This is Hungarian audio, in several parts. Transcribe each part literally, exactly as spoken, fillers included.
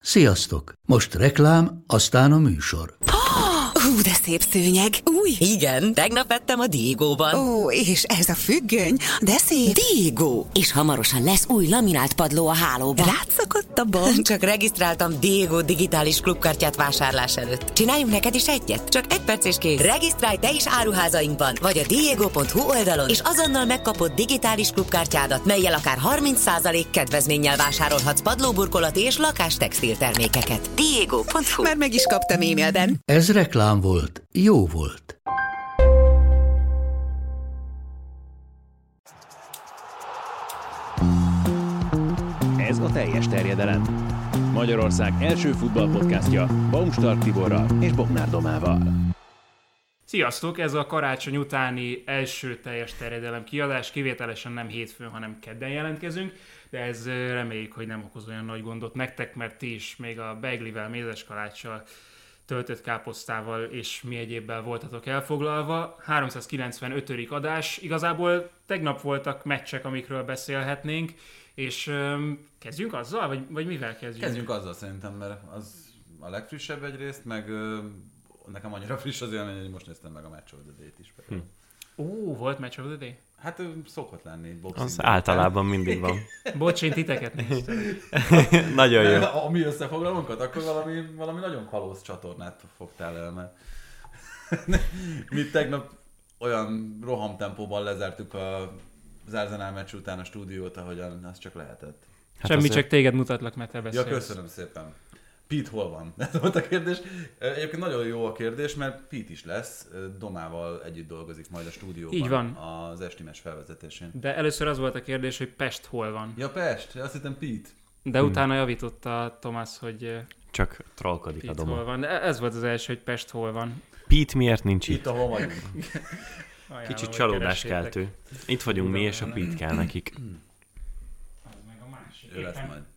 Sziasztok! Most reklám, aztán a műsor. Hú, de szép szőnyeg! Új! Igen, tegnap vettem a Diegóban. Ó, és ez a függöny, de szép! Diegó! És hamarosan lesz új laminált padló a hálóban. Rátszakadt a bank? Csak regisztráltam Diegó digitális klubkártyát vásárlás előtt. Csináljunk neked is egyet? Csak egy perc és kész. Regisztrálj te is áruházainkban, vagy a diego pont hu oldalon, és azonnal megkapod digitális klubkártyádat, mellyel akár harminc százalék kedvezménnyel vásárolhatsz padlóburkolati és lakástextil termékeket. diego pont hu. Már meg is kaptam e-mailben. Ez reklám volt, jó volt. Ez a teljes terjedelem. Magyarország első futballpodcastja Baumstark Tiborral és Bognár Domával. Sziasztok! Ez a karácsony utáni első teljes terjedelem kiadás. Kivételesen nem hétfőn, hanem kedden jelentkezünk, de ez reméljük, hogy nem okoz olyan nagy gondot nektek, mert ti is még a beiglivel, mézeskaláccsal, töltött káposztával és mi egyébbel voltatok elfoglalva. háromszázkilencvenötödik adás. Igazából tegnap voltak meccsek, amikről beszélhetnénk, és öm, kezdjünk azzal, vagy, vagy mivel kezdjünk? Kezdjünk azzal szerintem, mert az a legfrissebb egyrészt, meg ö, nekem annyira friss az élmény, hogy most néztem meg a Match of the Day-t is. Hm. Ó, volt Match of the Day? Hát szokott lenni. Az általában mindig van. Bocs, én titeket néztem. Nagyon jó. A mi összefoglalónkat, akkor valami, valami nagyon kalóz csatornát fogtál el, mert mi tegnap olyan rohamtempóban lezártuk a az Arsenal meccs után a stúdiót, ahogyan az csak lehetett. Hát Semmi, csak téged mutatlak, mert te beszélsz. Ja, köszönöm szépen. Pete hol van? Ez volt a kérdés. Egyébként nagyon jó a kérdés, mert Pete is lesz. Domával együtt dolgozik majd a stúdióban. Így van. Az esti meccs felvezetésén. De először az volt a kérdés, hogy Pest hol van. Ja, Pest. Azt hittem Pete. De hmm. utána javította Tomás, hogy csak trollkodik Pete a Doma. Hol van. De ez volt az első, hogy Pest hol van. Pete miért nincs itt? Itt, ahol vagyunk. Ajánlom, kicsit csalódáskeltő. Itt vagyunk mi, és a Pete kell nekik. Az meg a másik. Ő lesz majd.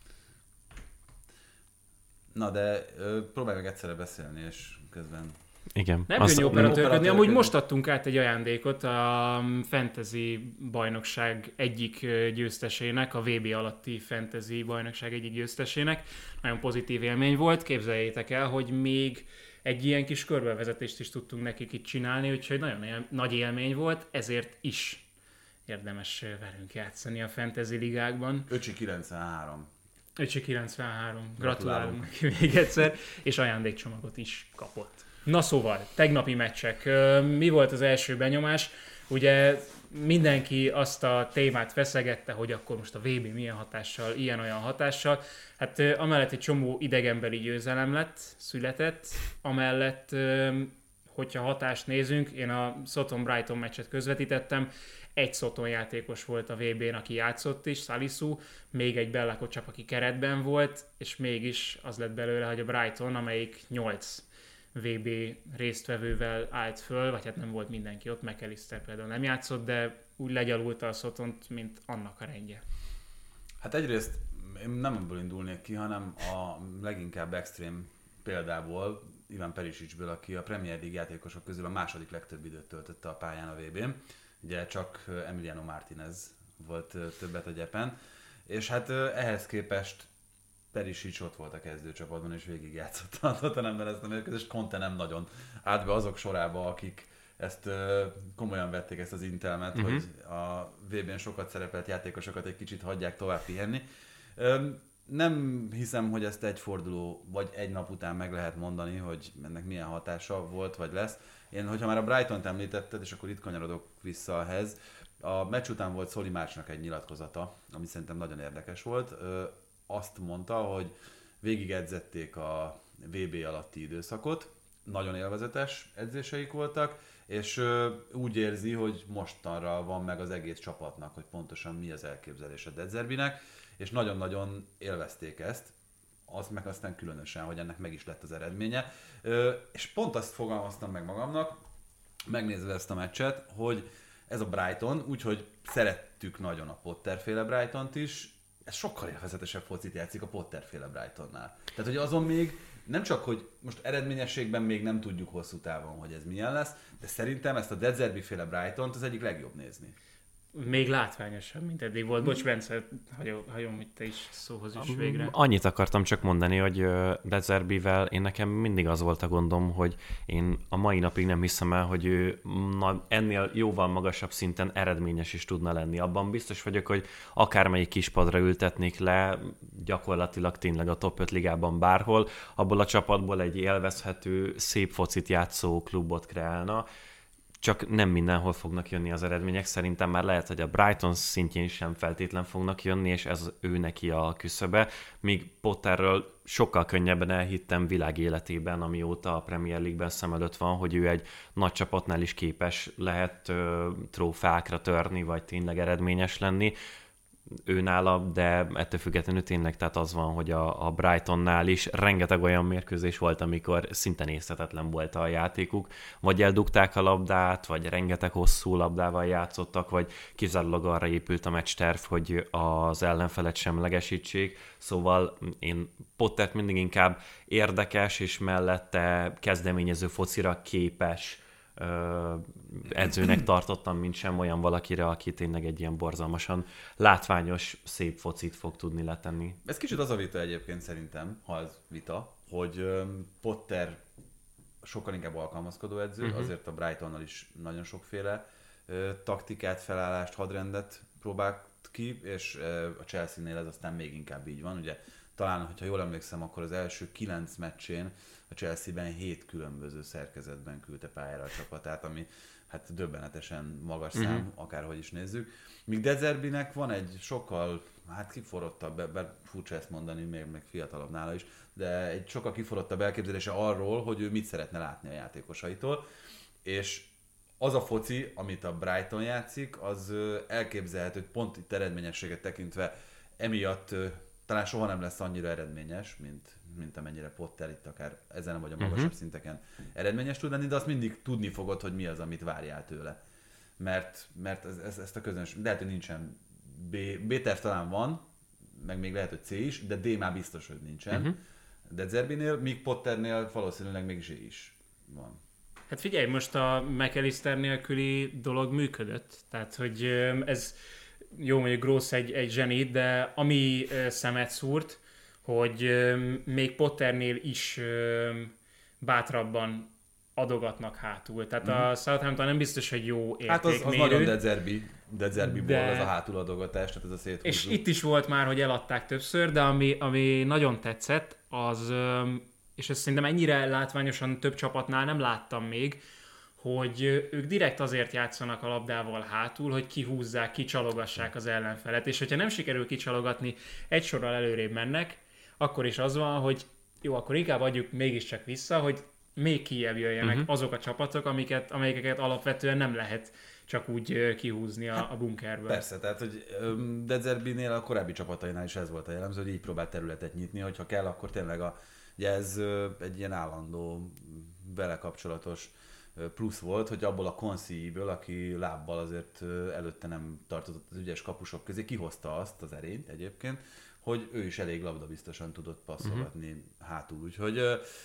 Na de ö, próbálj meg egyszerre beszélni, és közben... Igen. Nem könnyű operatőrködni. Amúgy most adtunk át egy ajándékot a Fantasy bajnokság egyik győztesének, a vé bé alatti Fantasy bajnokság egyik győztesének. Nagyon pozitív élmény volt. Képzeljétek el, hogy még egy ilyen kis körbevezetést is tudtunk nekik itt csinálni, úgyhogy nagyon él- nagy élmény volt, ezért is érdemes velünk játszani a Fantasy ligákban. Öcsi kilencvenhárom. Öcsi kilencvenhárom. Gratulálunk neki még egyszer, és ajándékcsomagot is kapott. Na szóval, tegnapi meccsek. Mi volt az első benyomás? Ugye mindenki azt a témát feszegette, hogy akkor most a vé bé milyen hatással, ilyen-olyan hatással. Hát amellett egy csomó idegenbeli győzelem lett, született, amellett, hogyha hatást nézünk, én a Soton-Brighton meccset közvetítettem, egy Soton játékos volt a vé bén, aki játszott is, Salisu, még egy Bella Kotchap, aki keretben volt, és mégis az lett belőle, hogy a Brighton, amelyik nyolc vé bé résztvevővel állt föl, vagy hát nem volt mindenki ott, McAllister például nem játszott, de úgy legyalulta a Sotont, mint annak a rendje. Hát egyrészt én nem ebből indulnék ki, hanem a leginkább extrém példából, Ivan Perisicsből, aki a Premier League játékosok közül a második legtöbb időt töltötte a pályán a vé bén. Ugye csak Emiliano Martinez volt többet a gyepen, és hát ehhez képest Perisic ott volt a kezdőcsapatban, és végigjátszott a Tottenhamben ezt a mérkőzést. Conte nem nagyon állt be azok sorába, akik ezt komolyan vették, ezt az intelmet, uh-huh. hogy a vé bén sokat szerepelt játékosokat egy kicsit hagyják tovább pihenni. Nem hiszem, hogy ezt egy forduló vagy egy nap után meg lehet mondani, hogy ennek milyen hatása volt vagy lesz. Én, hogyha már a Brightont említetted, és akkor itt kanyarodok vissza ehhez, a meccs után volt Szoli Márcsnak egy nyilatkozata, ami szerintem nagyon érdekes volt. Azt mondta, hogy végigedzették a vé bé alatti időszakot, nagyon élvezetes edzéseik voltak, és úgy érzi, hogy mostanra van meg az egész csapatnak, hogy pontosan mi az elképzelése De Zerbinek, és nagyon-nagyon élvezték ezt, azt meg aztán különösen, hogy ennek meg is lett az eredménye. És pont azt fogalmaztam meg magamnak, megnézve ezt a meccset, hogy ez a Brighton, úgyhogy szerettük nagyon a Potter-féle Brightont is, ez sokkal élvezetesebb focit játszik a Potter-féle Brightonnál. Tehát, hogy azon még nem csak, hogy most eredményességben még nem tudjuk hosszú távon, hogy ez milyen lesz, de szerintem ezt a De Zerbi-féle Brightont az egyik legjobb nézni. még látványosabb, mint eddig volt. Bocs, Bence, hagyom, hagyom hogy te is szóhoz is végre. Annyit akartam csak mondani, hogy De Zerbivel én nekem mindig az volt a gondom, hogy én a mai napig nem hiszem el, hogy ő na, ennél jóval magasabb szinten eredményes is tudna lenni. Abban biztos vagyok, hogy akármelyik kispadra ültetnék le, gyakorlatilag tényleg a top öt ligában bárhol, abból a csapatból egy élvezhető, szép focit játszó klubot kreálna. Csak nem mindenhol fognak jönni az eredmények. Szerintem már lehet, hogy a Brighton szintjén sem feltétlen fognak jönni, és ez ő neki a küszöbe. Míg Potterről sokkal könnyebben elhittem világ életében, amióta a Premier League-ben szem előtt van, hogy ő egy nagy csapatnál is képes lehet ö, trófákra törni, vagy tényleg eredményes lenni. Ő nála, de ettől függetlenül tényleg, tehát az van, hogy a, a Brightonnál is rengeteg olyan mérkőzés volt, amikor szinte nézhetetlen volt a játékuk, vagy eldugták a labdát, vagy rengeteg hosszú labdával játszottak, vagy kizárólag arra épült a meccsterv, hogy az ellenfelet semlegesítsék, szóval én Pottert mindig inkább érdekes, és mellette kezdeményező focira képes edzőnek tartottam, mint sem olyan valakire, aki tényleg egy ilyen borzalmasan látványos, szép focit fog tudni letenni. Ez kicsit az a vita egyébként szerintem, ha ez vita, hogy Potter sokkal inkább alkalmazkodó edző, uh-huh. azért a Brightonnal is nagyon sokféle taktikát, felállást, hadrendet próbált ki, és a Chelsea-nél ez aztán még inkább így van. Ugye talán, hogyha jól emlékszem, akkor az első kilenc meccsén a Chelsea-ben hét különböző szerkezetben küldte pályára a csapatát, ami hát döbbenetesen magas szám, uh-huh. akárhogy is nézzük. Míg De Zerbinek van egy sokkal, hát kiforrottabb, bár furcsa ezt mondani, még, még fiatalabb nála is, de egy sokkal kiforrottabb elképzelése arról, hogy ő mit szeretne látni a játékosaitól, és az a foci, amit a Brighton játszik, az elképzelhető, hogy pont itt eredményességet tekintve emiatt talán soha nem lesz annyira eredményes, mint, mint amennyire Potter itt akár ezen vagy a magasabb uh-huh. szinteken eredményes tud lenni, de azt mindig tudni fogod, hogy mi az, amit várjál tőle. Mert, mert ez, ez, ezt a közönség, lehet, hogy nincsen B, B-terv talán van, meg még lehet, hogy C is, de D már biztos, hogy nincsen. Uh-huh. De Zerbinél, míg Potternél valószínűleg mégis E is van. Hát figyelj, most a McAllister nélküli dolog működött, tehát hogy ez jó, mondjuk Gross egy, egy zsenit, de ami szemet szúrt, hogy még Potternél is bátrabban adogatnak hátul. Tehát mm-hmm. a Southampton nem biztos, hogy jó értékmérő. Hát az, az nagyon De Zerbi, De Zerbiból de... az a hátuladogatás, tehát ez a széthúzó. És itt is volt már, hogy eladták többször, de ami, ami nagyon tetszett, az, és ezt szerintem ennyire látványosan több csapatnál nem láttam még, hogy ők direkt azért játszanak a labdával hátul, hogy kihúzzák, kicsalogassák az ellenfelet, és hogyha nem sikerül kicsalogatni, egy sorral előrébb mennek, akkor is az van, hogy jó, akkor inkább adjuk mégiscsak vissza, hogy még kijebb jöjjenek uh-huh. azok a csapatok, amiket, amelyeket alapvetően nem lehet csak úgy kihúzni a, a bunkerből. Persze, tehát hogy De Zerbinél a korábbi csapatainál is ez volt a jellemző, hogy így próbált területet nyitni, hogyha kell, akkor tényleg a, ugye ez egy ilyen állandó vele kapcsolatos plusz volt, hogy abból a Konszíjből, aki lábbal azért előtte nem tartozott az ügyes kapusok közé, kihozta azt az erényt egyébként, hogy ő is elég labdabiztosan tudott passzolgatni uh-huh. hátul. Úgyhogy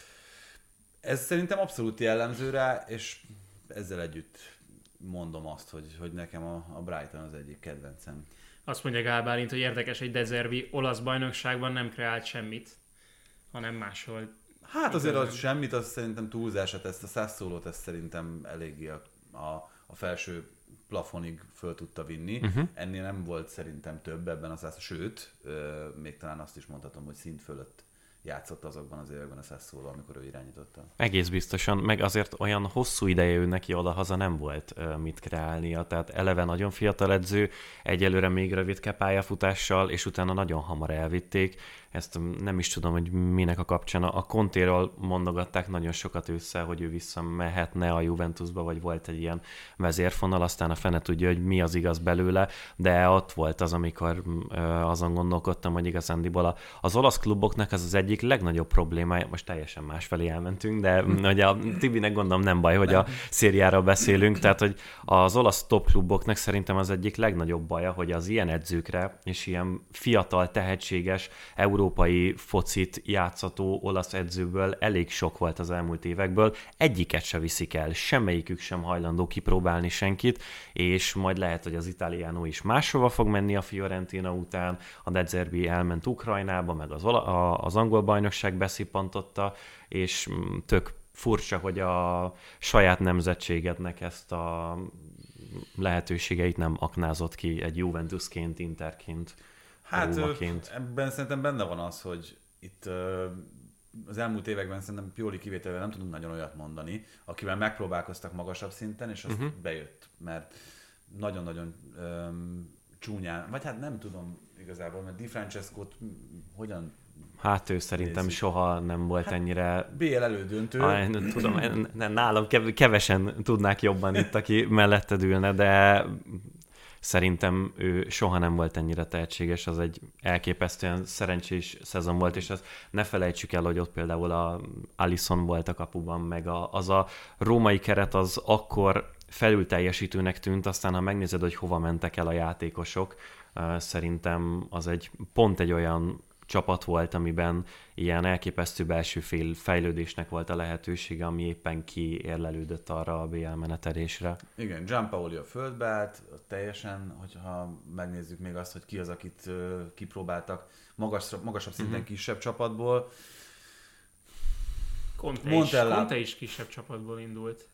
ez szerintem abszolút jellemző rá, és ezzel együtt mondom azt, hogy, hogy nekem a, a Brighton az egyik kedvencem. Azt mondja Gál Bálint, hogy érdekes, hogy De Zerbi olasz bajnokságban nem kreált semmit, hanem máshol. Hát azért az semmit, az szerintem túlzását, ezt a Sassuolót ezt szerintem eléggé a, a, a felső plafonig föl tudta vinni. Uh-huh. Ennél nem volt szerintem több ebben az Sassuoló, sőt, euh, még talán azt is mondhatom, hogy szint fölött játszott azokban az években a Sassuoló, amikor ő irányította. Egész biztosan, meg azért olyan hosszú ideje ő neki oda-haza nem volt uh, mit kreálnia, tehát eleve nagyon fiatal edző, egyelőre még rövidke pályafutással, és utána nagyon hamar elvitték. Ezt nem is tudom, hogy minek a kapcsán. A Contéról mondogatták nagyon sokat össze, hogy ő visszamehetne a Juventusba, vagy volt egy ilyen vezérfonal, aztán a fene tudja, hogy mi az igaz belőle, de ott volt az, amikor uh, azon gondolkodtam, hogy igazándiból az olasz kluboknak ez az egyik egyik legnagyobb problémája, most teljesen másfelé elmentünk, de hogy a Tibinek gondolom nem baj, hogy a szériáról beszélünk, tehát hogy az olasz topkluboknak szerintem az egyik legnagyobb baja, hogy az ilyen edzőkre és ilyen fiatal, tehetséges, európai focit játszató olasz edzőből elég sok volt az elmúlt évekből, egyiket se viszik el, semmelyikük sem hajlandó kipróbálni senkit, és majd lehet, hogy az Italiano is máshova fog menni a Fiorentina után, a De Zerbi elment Ukrajnába, meg az, az angol bajnokság beszippantotta, és tök furcsa, hogy a saját nemzetségednek ezt a lehetőségeit nem aknázott ki egy Juventusként, Interként, Hát Rómaként. Ebben szerintem benne van az, hogy itt az elmúlt években szerintem Pioli kivételével nem tudunk nagyon olyat mondani, akivel megpróbálkoztak magasabb szinten, és az uh-huh. bejött, mert nagyon-nagyon um, csúnyán, vagy hát nem tudom igazából, mert Di Francescót hogyan... Hát ő szerintem nézzük. Soha nem volt hát ennyire... bé el elődöntő. Ah, tudom, nálam kevesen tudnák jobban itt, aki melletted ülne, de szerintem ő soha nem volt ennyire tehetséges, az egy elképesztően szerencsés szezon volt, és ezt ne felejtsük el, hogy ott például a Alisson volt a kapuban, meg a, az a római keret az akkor felülteljesítőnek tűnt, aztán ha megnézed, hogy hova mentek el a játékosok, szerintem az egy pont egy olyan csapat volt, amiben ilyen elképesztő belső fél fejlődésnek volt a lehetősége, ami éppen kiérlelődött arra a bé el menetelésre. Igen, Gianpaoli a földbe állt, teljesen, hogyha megnézzük még azt, hogy ki az, akit uh, kipróbáltak magas, magasabb szinten uh-huh. kisebb csapatból. Conte, Montella... is, Conte is kisebb csapatból indult.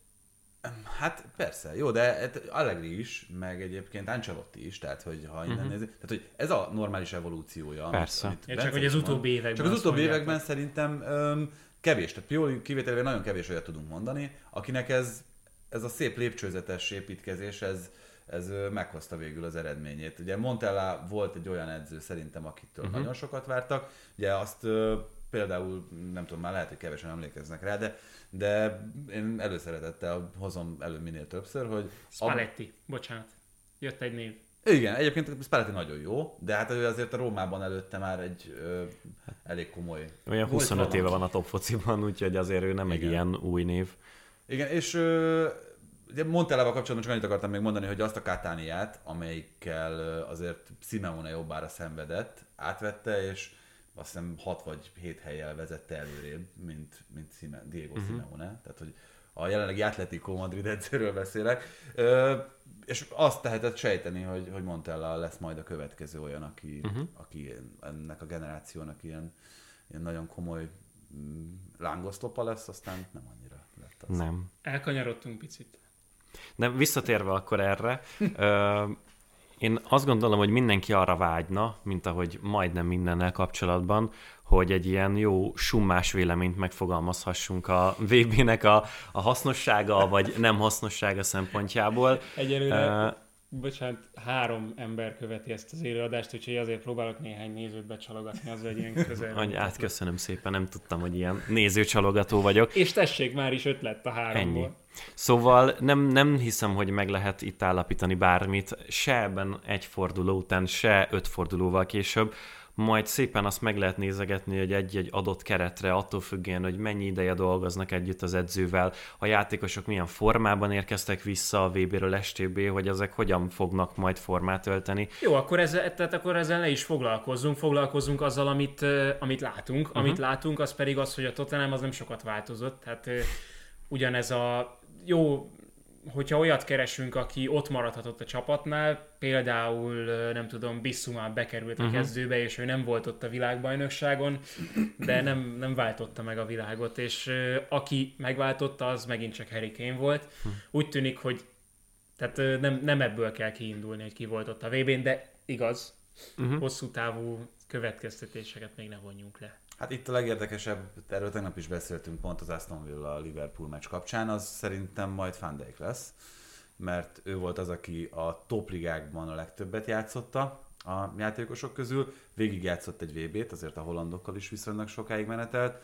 Hát persze, jó, de Allegri is, meg egyébként Ancelotti is, tehát hogy ha innen uh-huh. nézzük, tehát hogy ez a normális evolúciója. Persze. Amit, amit ja, csak hogy az utóbbi években. Csak az utóbbi években szerintem um, kevés, tehát Pioli kivételével nagyon kevés olyat tudunk mondani, akinek ez, ez a szép lépcsőzetes építkezés, ez, ez meghozta végül az eredményét. Ugye Montella volt egy olyan edző szerintem, akitől uh-huh. nagyon sokat vártak, ugye azt uh, például, nem tudom, már lehet, hogy kevesen emlékeznek rá, de de én előszeretettel hozom elő minél többször, hogy... Spalletti, ab... bocsánat, jött egy név. Igen, egyébként Spalletti nagyon jó, de hát ő azért a Rómában előtte már egy ö, elég komoly... Olyan huszonöt éve van a top fociban, úgyhogy azért ő nem Igen. egy ilyen új név. Igen, és ö, ugye Montellával kapcsolatban csak annyit akartam még mondani, hogy azt a Cataniát, amelyikkel azért Simeone jobbára szenvedett, átvette, és azt hiszem hat vagy hét hellyel vezette előrébb, mint, mint Sime, Diego uh-huh. Simeone. Tehát, hogy a jelenlegi Atletico Madrid edzőről beszélek. Ö, és azt tehetett sejteni, hogy, hogy Montella lesz majd a következő olyan, aki, uh-huh. aki ennek a generációnak ilyen, ilyen nagyon komoly mm, lángoszlopa lesz, aztán nem annyira lett az. Nem. Elkanyarodtunk picit. De visszatérve akkor erre, ö, én azt gondolom, hogy mindenki arra vágyna, mint ahogy majdnem mindennel kapcsolatban, hogy egy ilyen jó summás véleményt megfogalmazhassunk a vé bének a, a hasznossága, vagy nem hasznossága szempontjából. Egyelőre, uh, bocsánat, három ember követi ezt az élőadást, úgyhogy azért próbálok néhány nézőt becsalogatni, az egy ilyen közel. Hogy át köszönöm szépen, nem tudtam, hogy ilyen nézőcsalogató vagyok. És tessék, már is öt lett a háromból. Ennyi. Szóval nem, nem hiszem, hogy meg lehet itt állapítani bármit, se ebben egy forduló után, se öt fordulóval később, majd szépen azt meg lehet nézegetni, hogy egy-egy adott keretre, attól függően, hogy mennyi ideje dolgoznak együtt az edzővel, a játékosok milyen formában érkeztek vissza a vé béről es té bé, hogy ezek hogyan fognak majd formát ölteni. Jó, akkor ezzel, tehát akkor ezzel ne is foglalkozzunk, foglalkozzunk azzal, amit, amit látunk. Uh-huh. Amit látunk, az pedig az, hogy a Tottenham az nem sokat változott, tehát ugyanez a jó, hogyha olyat keresünk, aki ott maradhatott a csapatnál, például nem tudom, Bissouma bekerült a uh-huh. kezdőbe, és ő nem volt ott a világbajnokságon, de nem, nem váltotta meg a világot, és uh, aki megváltotta, az megint csak Harry Kane volt. Uh-huh. Úgy tűnik, hogy tehát, uh, nem, nem ebből kell kiindulni, hogy ki volt ott a vé bén, de igaz, uh-huh. hosszú távú következtetéseket még ne vonjunk le. Hát itt a legérdekesebb, erről tegnap is beszéltünk pont az Aston Villa-Liverpool meccs kapcsán, az szerintem majd Van Dijk lesz, mert ő volt az, aki a topligákban a legtöbbet játszotta a játékosok közül, végig játszott egy vé bét, azért a hollandokkal is viszonylag sokáig menetelt,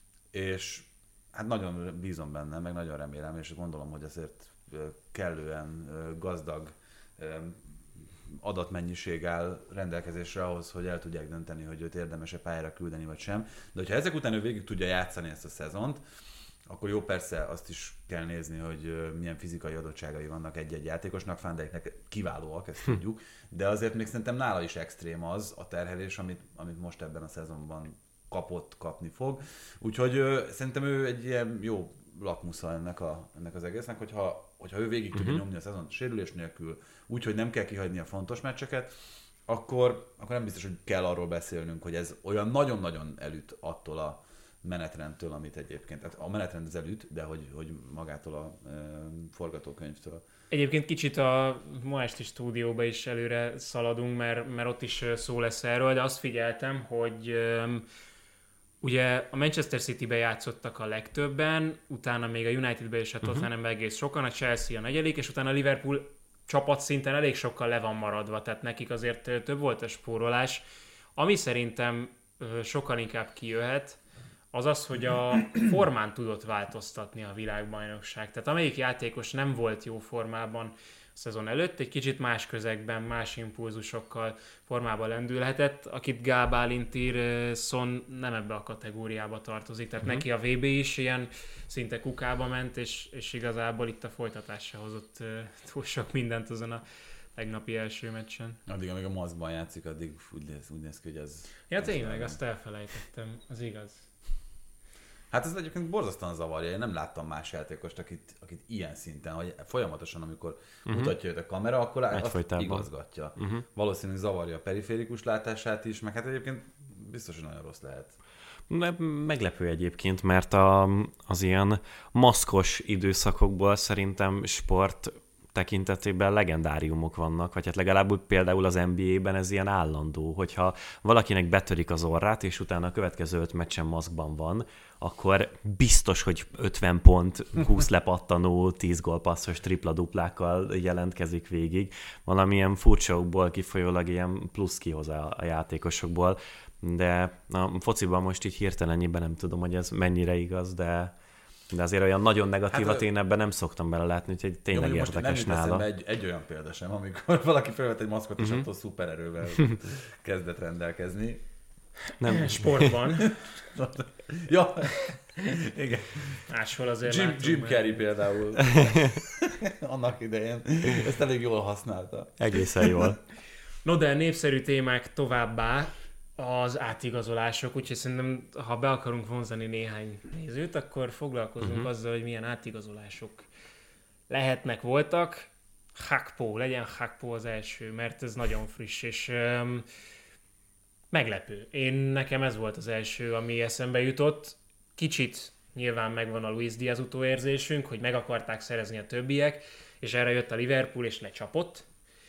és hát nagyon bízom benne, meg nagyon remélem, és gondolom, hogy azért kellően gazdag adatmennyiség áll rendelkezésre ahhoz, hogy el tudják dönteni, hogy őt érdemes-e pályára küldeni, vagy sem. De hogyha ezek után ő végig tudja játszani ezt a szezont, akkor jó, persze azt is kell nézni, hogy milyen fizikai adottságai vannak egy-egy játékosnak, Van Dijknek kiválóak, ezt tudjuk, de azért még szerintem nála is extrém az a terhelés, amit, amit most ebben a szezonban kapott, kapni fog. Úgyhogy ö, szerintem ő egy ilyen jó lakmusza ennek, a, ennek az egésznek, hogyha, hogyha ő végig tudja uh-huh. nyomni a szezon sérülés nélkül, úgyhogy nem kell kihagyni a fontos meccseket, akkor, akkor nem biztos, hogy kell arról beszélnünk, hogy ez olyan nagyon-nagyon elüt attól a menetrendtől, amit egyébként, tehát a menetrend az elüt, de hogy, hogy magától a e, forgatókönyvtől. Egyébként kicsit a ma esti stúdióba is előre szaladunk, mert, mert ott is szó lesz erről, de azt figyeltem, hogy um, ugye a Manchester Citybe játszottak a legtöbben, utána még a Unitedbe és a Tottenhambe uh-huh. egész sokan, a Chelsea a negyedik, és utána a Liverpool csapatszinten elég sokkal le van maradva, tehát nekik azért több volt a spórolás. Ami szerintem sokkal inkább kijöhet, az az, hogy a formán tudott változtatni a világbajnokság. Tehát amelyik játékos nem volt jó formában a szezon előtt, egy kicsit más közegben, más impulzusokkal formába lendülhetett, akit Gál Bálint ír, Son nem ebbe a kategóriába tartozik, tehát uh-huh. neki a vé bé is ilyen szinte kukába ment, és, és igazából itt a folytatás se hozott túl sok mindent azon a tegnapi első meccsen. Addig, amíg a maszkban játszik, addig úgy néz, úgy néz ki, hogy ez... Ja tényleg, azt elfelejtettem, az igaz. Hát ez egyébként borzasztóan zavarja. Én nem láttam más játékost, akit, akit ilyen szinten, hogy folyamatosan, amikor uh-huh. mutatja őt a kamera, akkor azt igazgatja. Uh-huh. Valószínűleg zavarja a periférikus látását is, meg hát egyébként biztos, hogy nagyon rossz lehet. Meglepő egyébként, mert a, az ilyen maszkos időszakokból szerintem sport tekintetében legendáriumok vannak, vagy hát legalább például az en bé á-ben ez ilyen állandó, hogyha valakinek betörik az orrát, és utána a következő öt meccsen maszkban van, akkor biztos, hogy ötven pont, húsz lepattanó, tíz gólpasszos tripla-duplákkal jelentkezik végig. Valamilyen furcsaokból kifolyólag ilyen plusz kihoz a, a játékosokból, de a fociban most így hirtelenjében nem tudom, hogy ez mennyire igaz, de De azért olyan nagyon negatívat hát, én ebben nem szoktam belelátni, úgyhogy tényleg jó, érdekes nála. Egy, egy olyan példa sem, amikor valaki felvett egy maszkot, és uh-huh. attól szupererővel kezdett rendelkezni. Nem sportban. Ja, igen. Máshol azért Jim, látom, Jim Carrey például. Annak idején. Ezt elég jól használta. Egészen jól. No, de népszerű témák továbbá az átigazolások, úgyhogy szerintem, ha be akarunk vonzani néhány nézőt, akkor foglalkozunk uh-huh. azzal, hogy milyen átigazolások lehetnek, voltak. Gakpo, legyen Gakpo az első, mert ez nagyon friss, és um, meglepő. Én nekem ez volt az első, ami eszembe jutott. Kicsit nyilván megvan a Luis Diaz utóérzésünk, hogy meg akarták szerezni a többiek, és erre jött a Liverpool, és lecsapott.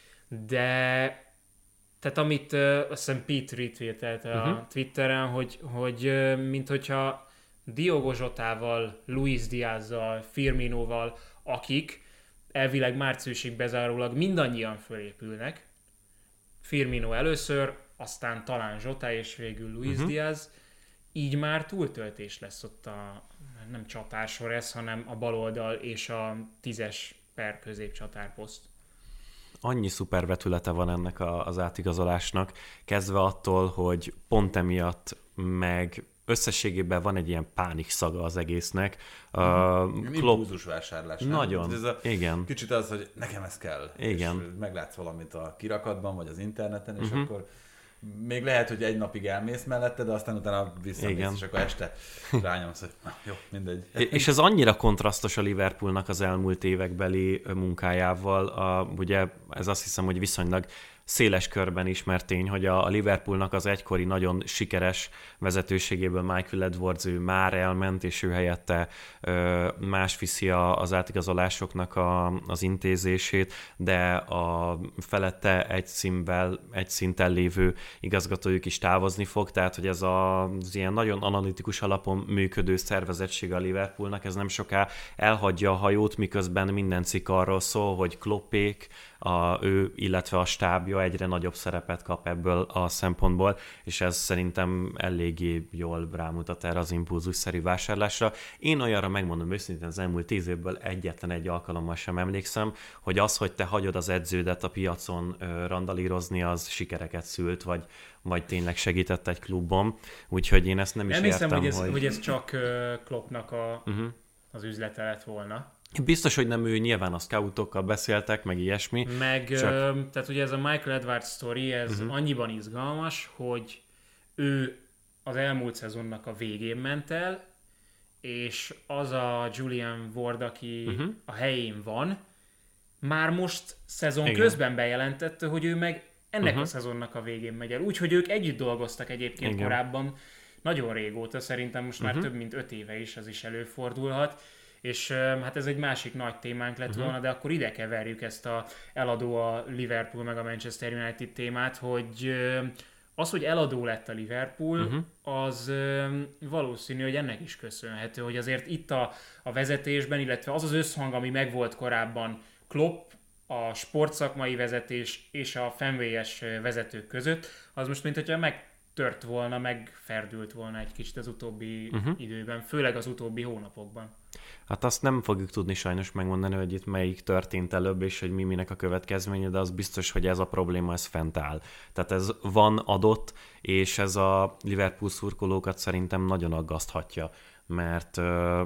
De tehát amit uh, azt hiszem Pete retweetelte uh-huh. a Twitteren, hogy, hogy uh, mint hogyha Diogo Jotával, Luis Diazzal, Firminoval, akik elvileg márciusig bezárólag mindannyian fölépülnek. Firmino először, aztán talán Jota és végül Luis uh-huh. Diaz. Így már túltöltés lesz ott a, nem csatársor ez, hanem a baloldal és a tízes per középcsatárposzt. Annyi szuper vetülete van ennek a, az átigazolásnak, kezdve attól, hogy pont emiatt meg összességében van egy ilyen pánik szaga az egésznek. Uh, Impulzus vásárlás. Nagyon, ez a, igen. Kicsit az, hogy nekem ez kell. Igen. És meglátsz valamit a kirakatban, vagy az interneten, és uh-huh. akkor még lehet, hogy egy napig elmész mellette, de aztán utána visszamész, és akkor este rányomsz, hogy na, jó, mindegy. És ez annyira kontrasztos a Liverpoolnak az elmúlt évekbeli munkájával. A, ugye ez azt hiszem, hogy viszonylag széles körben ismert tény, hogy a Liverpoolnak az egykori nagyon sikeres vezetőségéből Michael Edwards ő már elment, és ő helyette más viszi az átigazolásoknak a, az intézését, de a felette egy színvel, egy szinten lévő igazgatójuk is távozni fog, tehát hogy ez az ilyen nagyon analitikus alapon működő szervezettség a Liverpoolnak, ez nem soká elhagyja a hajót, miközben minden cikk arról szól, hogy Kloppék, a, ő, illetve a stábja Liga egyre nagyobb szerepet kap ebből a szempontból, és ez szerintem eléggé jól rámutat erre az impulzusszerű vásárlásra. Én olyanra megmondom őszintén, az elmúlt tíz évből egyetlen egy alkalommal sem emlékszem, hogy az, hogy te hagyod az edződet a piacon randalírozni, az sikereket szült, vagy, vagy tényleg segített egy klubban. Úgyhogy én ezt nem is nem értem, hiszem, hogy ez, hogy... hogy ez csak uh, Kloppnak a, uh-huh. az üzlete lett volna. Biztos, hogy nem ő, nyilván a scoutokkal beszéltek, meg ilyesmi. Meg, csak... ö, tehát ugye ez a Michael Edwards sztori, ez uh-huh. annyiban izgalmas, hogy ő az elmúlt szezonnak a végén ment el, és az a Julian Ward, aki uh-huh. a helyén van, már most szezon Igen. közben bejelentette, hogy ő meg ennek uh-huh. a szezonnak a végén megy el. Úgyhogy ők együtt dolgoztak egyébként Igen. korábban, nagyon régóta, szerintem most már uh-huh. több mint öt éve is, ez is előfordulhat. És hát ez egy másik nagy témánk lett uh-huh. volna, de akkor ide keverjük ezt a eladó a Liverpool meg a Manchester United témát, hogy az, hogy eladó lett a Liverpool, uh-huh. az valószínű, hogy ennek is köszönhető, hogy azért itt a, a vezetésben, illetve az az összhang, ami megvolt korábban Klopp, a sportszakmai vezetés és a Fenway-es vezetők között, az most mint hogyha megtört volna, megferdült volna egy kicsit az utóbbi uh-huh. időben, főleg az utóbbi hónapokban. Hát azt nem fogjuk tudni sajnos megmondani, hogy itt melyik történt előbb, és hogy mi minek a következménye, de az biztos, hogy ez a probléma, ez fent áll. Tehát ez van adott, és ez a Liverpool szurkolókat szerintem nagyon aggaszthatja, mert ö,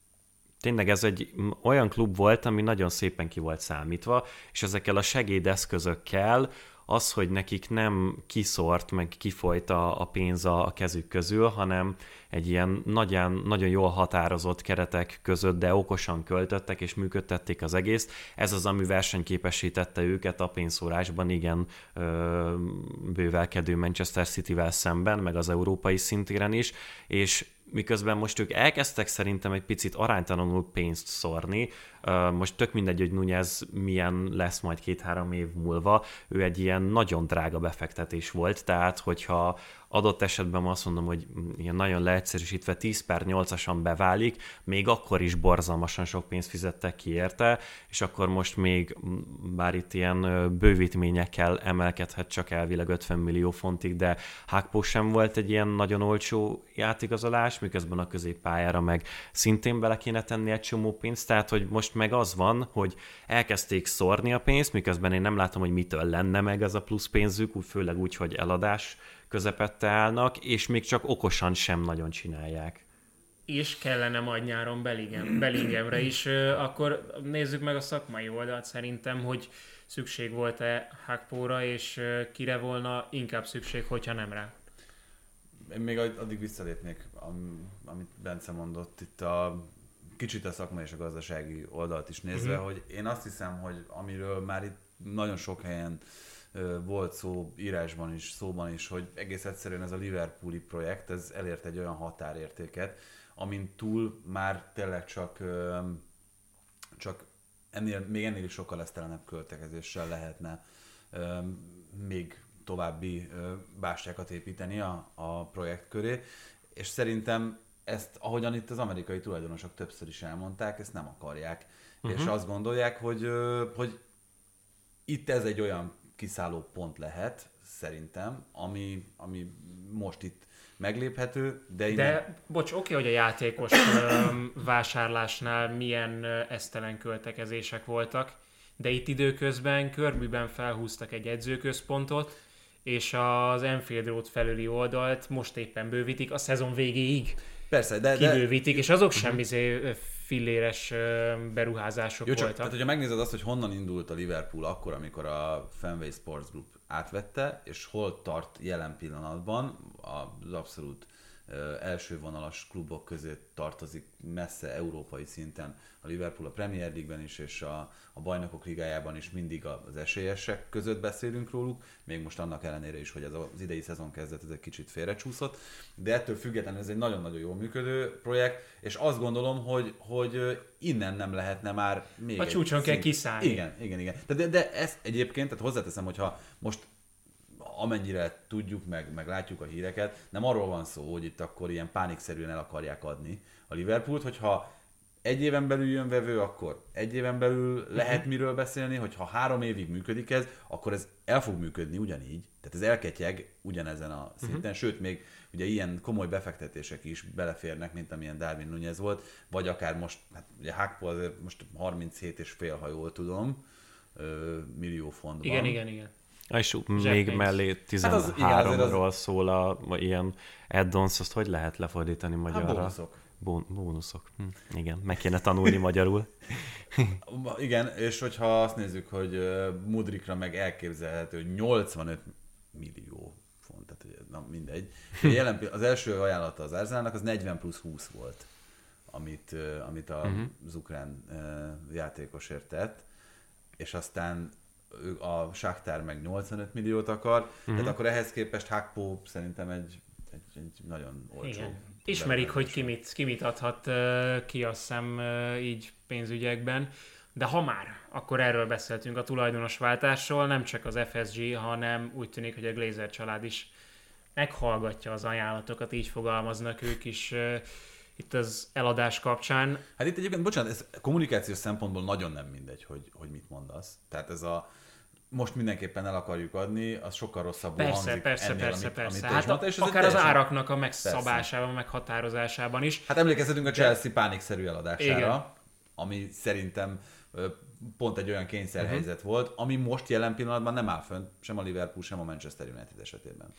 tényleg ez egy olyan klub volt, ami nagyon szépen ki volt számítva, és ezekkel a segédeszközökkel az, hogy nekik nem kiszort, meg kifolyt a, a pénz a, a kezük közül, hanem egy ilyen nagyon, nagyon jól határozott keretek között, de okosan költöttek és működtették az egészt. Ez az, ami versenyképesítette őket a pénzszórásban, igen, ö, bővelkedő Manchester Cityvel szemben, meg az európai szintéren is, és miközben most ők elkezdtek szerintem egy picit aránytalanul pénzt szórni. Most tök mindegy, hogy Núñez milyen lesz majd két-három év múlva. Ő egy ilyen nagyon drága befektetés volt, tehát hogyha adott esetben azt mondom, hogy ilyen nagyon leegyszerűsítve tíz per nyolcasan beválik, még akkor is borzalmasan sok pénzt fizettek ki érte, és akkor most még, bár itt ilyen bővítményekkel emelkedhet csak elvileg ötven millió fontig, de Gakpo sem volt egy ilyen nagyon olcsó játigazolás, miközben a középpályára meg szintén bele kéne tenni egy csomó pénzt, tehát hogy most meg az van, hogy elkezdték szórni a pénzt, miközben én nem látom, hogy mitől lenne meg ez a plusz pénzük, főleg úgy, hogy eladás közepette állnak, és még csak okosan sem nagyon csinálják. És kellene majd nyáron Bellingham, Bellinghamre is. Akkor nézzük meg a szakmai oldalt szerintem, hogy szükség volt-e Gakpóra, és kire volna inkább szükség, hogyha nem rá. Én még addig visszalépnék, amit Bence mondott, itt a kicsit a szakmai és a gazdasági oldalt is nézve, uh-huh. hogy én azt hiszem, hogy amiről már itt nagyon sok helyen volt szó írásban is, szóban is, hogy egész egyszerűen ez a Liverpooli projekt, ez elért egy olyan határértéket, amin túl már tényleg csak, csak ennél, még ennél is sokkal esztelenebb költekezéssel lehetne még további bástyákat építeni a, a projekt köré, és szerintem ezt, ahogyan itt az amerikai tulajdonosok többször is elmondták, ezt nem akarják, uh-huh. és azt gondolják, hogy, hogy itt ez egy olyan kiszálló pont lehet, szerintem, ami, ami most itt megléphető, de... De, innen... bocs, oké, hogy a játékos vásárlásnál milyen esztelen költekezések voltak, de itt időközben Kirbyben felhúztak egy edzőközpontot, és az Anfield Road felüli oldalt most éppen bővítik, a szezon végéig Persze, de, kibővítik, de... és azok sem izé filléres beruházások Jó, csak, voltak. Tehát, hogyha megnézed azt, hogy honnan indult a Liverpool akkor, amikor a Fenway Sports Group átvette, és hol tart jelen pillanatban, az abszolút első vonalas klubok közé tartozik messze európai szinten a Liverpool a Premier League-ben is, és a, a Bajnokok Ligájában is mindig az esélyesek között beszélünk róluk, még most annak ellenére is, hogy ez az idei szezon kezdet ez egy kicsit félrecsúszott, de ettől függetlenül ez egy nagyon-nagyon jól működő projekt, és azt gondolom, hogy, hogy innen nem lehetne már még a csúcson kell kiszállni. Igen, igen, igen. De, de, de ezt egyébként, tehát hozzáteszem, hogyha most amennyire tudjuk, meg, meg látjuk a híreket, nem arról van szó, hogy itt akkor ilyen pánikszerűen el akarják adni a Liverpoolt, hogyha egy éven belül jön vevő, akkor egy éven belül lehet miről beszélni, hogy ha három évig működik ez, akkor ez el fog működni ugyanígy. Tehát ez elketyeg ugyanezen a szinten, uh-huh. sőt még ugye ilyen komoly befektetések is beleférnek, mint amilyen Darwin Núñez volt, vagy akár most, hát ugye Hákpo azért most harminchét és fél, ha jól tudom, millió fontban. Igen, igen, igen. És még mellé tizenháromról hát szól a ilyen add-ons, azt hogy lehet lefordítani magyarra? Hát bónuszok. Bón- bónuszok. Hm, igen, meg kéne tanulni magyarul. Igen, és hogyha azt nézzük, hogy Mudrikra meg elképzelhető, hogy nyolcvanöt millió font, tehát na mindegy. Jelen, az első ajánlata az Arsenalnak az negyven plusz húsz volt, amit, amit a, uh-huh. az ukrán játékosért tett, és aztán a Shakhtar meg nyolcvanöt milliót akar, uh-huh. tehát akkor ehhez képest Hákpo szerintem egy, egy, egy nagyon olcsó. Igen. Ismerik, hogy ki mit, ki mit adhat ki, azt hiszem, így pénzügyekben, de ha már, akkor erről beszéltünk a tulajdonosváltásról, nem csak az ef es gé, hanem úgy tűnik, hogy a Glazer család is meghallgatja az ajánlatokat, így fogalmaznak ők is itt az eladás kapcsán. Hát itt egyébként, bocsánat, ez kommunikációs szempontból nagyon nem mindegy, hogy, hogy mit mondasz. Tehát ez a most mindenképpen el akarjuk adni, az sokkal rosszabbul persze, hangzik persze, ennél, persze, amit, persze. amit Hát mondta, és akár az áraknak a megszabásában, meghatározásában is. Hát emlékezhetünk a Chelsea pánikszerű eladására, igen. ami szerintem pont egy olyan kényszerhelyzet uh-huh. volt, ami most jelen pillanatban nem áll fönn, sem a Liverpool, sem a Manchester United esetében.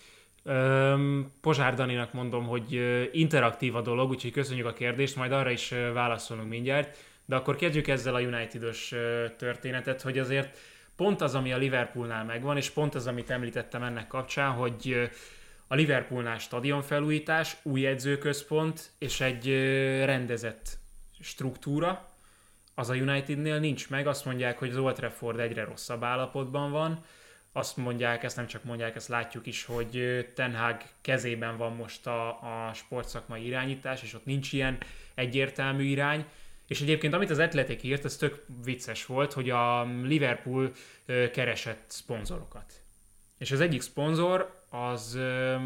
Öm, Pozsár Daninak mondom, hogy interaktív a dolog, úgyhogy köszönjük a kérdést, majd arra is válaszolunk mindjárt, de akkor kezdjük ezzel a United-os történetet, hogy azért pont az, ami a Liverpoolnál megvan, és pont az, amit említettem ennek kapcsán, hogy a Liverpoolnál stadionfelújítás, új edzőközpont és egy rendezett struktúra, az a Unitednél nincs meg. Azt mondják, hogy az Old Trafford egyre rosszabb állapotban van. Azt mondják, ezt nem csak mondják, ezt látjuk is, hogy Ten Hag kezében van most a, a sportszakmai irányítás, és ott nincs ilyen egyértelmű irány. És egyébként, amit az Athletic írt, ez tök vicces volt, hogy a Liverpool keresett szponzorokat. És az egyik szponzor az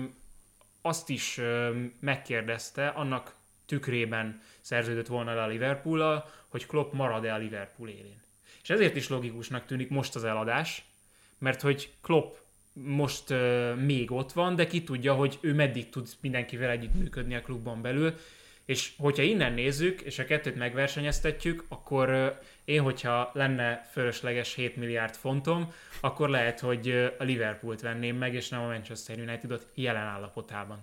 azt is megkérdezte, annak tükrében szerződött volna le a Liverpool-al, hogy Klopp marad-e a Liverpool élén. És ezért is logikusnak tűnik most az eladás, mert hogy Klopp most még ott van, de ki tudja, hogy ő meddig tud mindenkivel együttműködni a klubban belül. És hogyha innen nézzük, és a kettőt megversenyeztetjük, akkor én, hogyha lenne fölösleges hét milliárd fontom, akkor lehet, hogy a Liverpoolt venném meg, és nem a Manchester Unitedot jelen állapotában.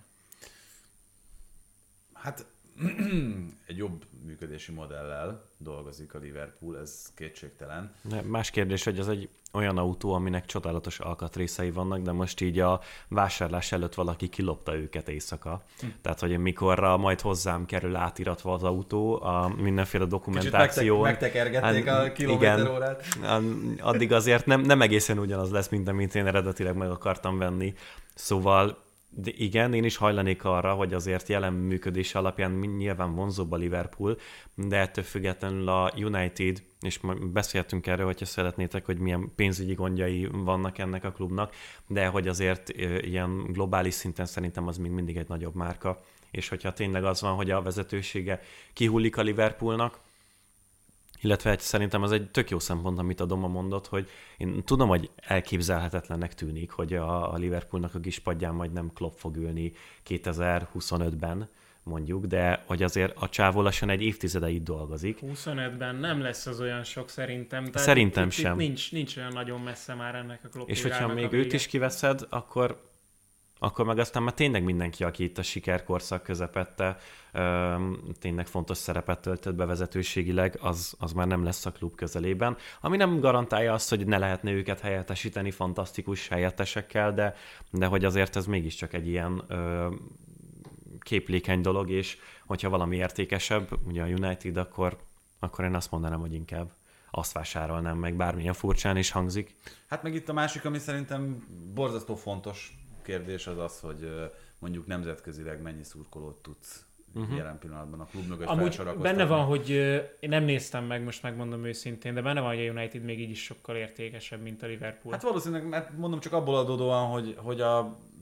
Hát egy jobb működési modellel dolgozik a Liverpool, ez kétségtelen. De más kérdés, hogy az egy olyan autó, aminek csodálatos alkatrészei vannak, de most így a vásárlás előtt valaki kilopta őket éjszaka. Hm. Tehát, hogy mikorra majd hozzám kerül átiratva az autó, a mindenféle dokumentáción. Kicsit megtekergették a kilométerórát. Addig azért nem, nem egészen ugyanaz lesz, mint amit én eredetileg meg akartam venni. Szóval de igen, én is hajlanék arra, hogy azért jelen működés alapján nyilván vonzóbb a Liverpool, de ettől függetlenül a United, és beszéltünk erről, hogyha szeretnétek, hogy milyen pénzügyi gondjai vannak ennek a klubnak, de hogy azért ilyen globális szinten szerintem az még mindig egy nagyobb márka, és hogyha tényleg az van, hogy a vezetősége kihullik a Liverpoolnak, illetve egy, szerintem az egy tök jó szempont, amit a Doma mondott, hogy én tudom, hogy elképzelhetetlennek tűnik, hogy a, a Liverpoolnak a kispadján majd nem Klopp fog ülni kétezer-huszonötben, mondjuk, de hogy azért a csávó lassan egy évtizede itt dolgozik. huszonötben nem lesz az olyan sok szerintem. Tehát szerintem itt, sem. Itt nincs, nincs olyan nagyon messze már ennek a Klopp. És hogyha még őt is kiveszed, akkor akkor meg aztán már tényleg mindenki, aki itt a sikerkorszak közepette tényleg fontos szerepet töltött be vezetőségileg, az, az már nem lesz a klub közelében. Ami nem garantálja azt, hogy ne lehetne őket helyettesíteni fantasztikus helyettesekkel, de, de hogy azért ez mégiscsak egy ilyen ö, képlékeny dolog, és hogyha valami értékesebb, ugye a United, akkor, akkor én azt mondanám, hogy inkább azt vásárolnám meg, bármilyen furcsán is hangzik. Hát meg itt a másik, ami szerintem borzasztó fontos kérdés az az, hogy mondjuk nemzetközileg mennyi szurkolót tudsz uh-huh. jelen pillanatban a klub mögött felsorakoztatni. Benne van, hogy én nem néztem meg, most megmondom őszintén, de benne van, hogy a United még így is sokkal értékesebb, mint a Liverpool. Hát valószínűleg, mert mondom csak abból adódóan, hogy, hogy a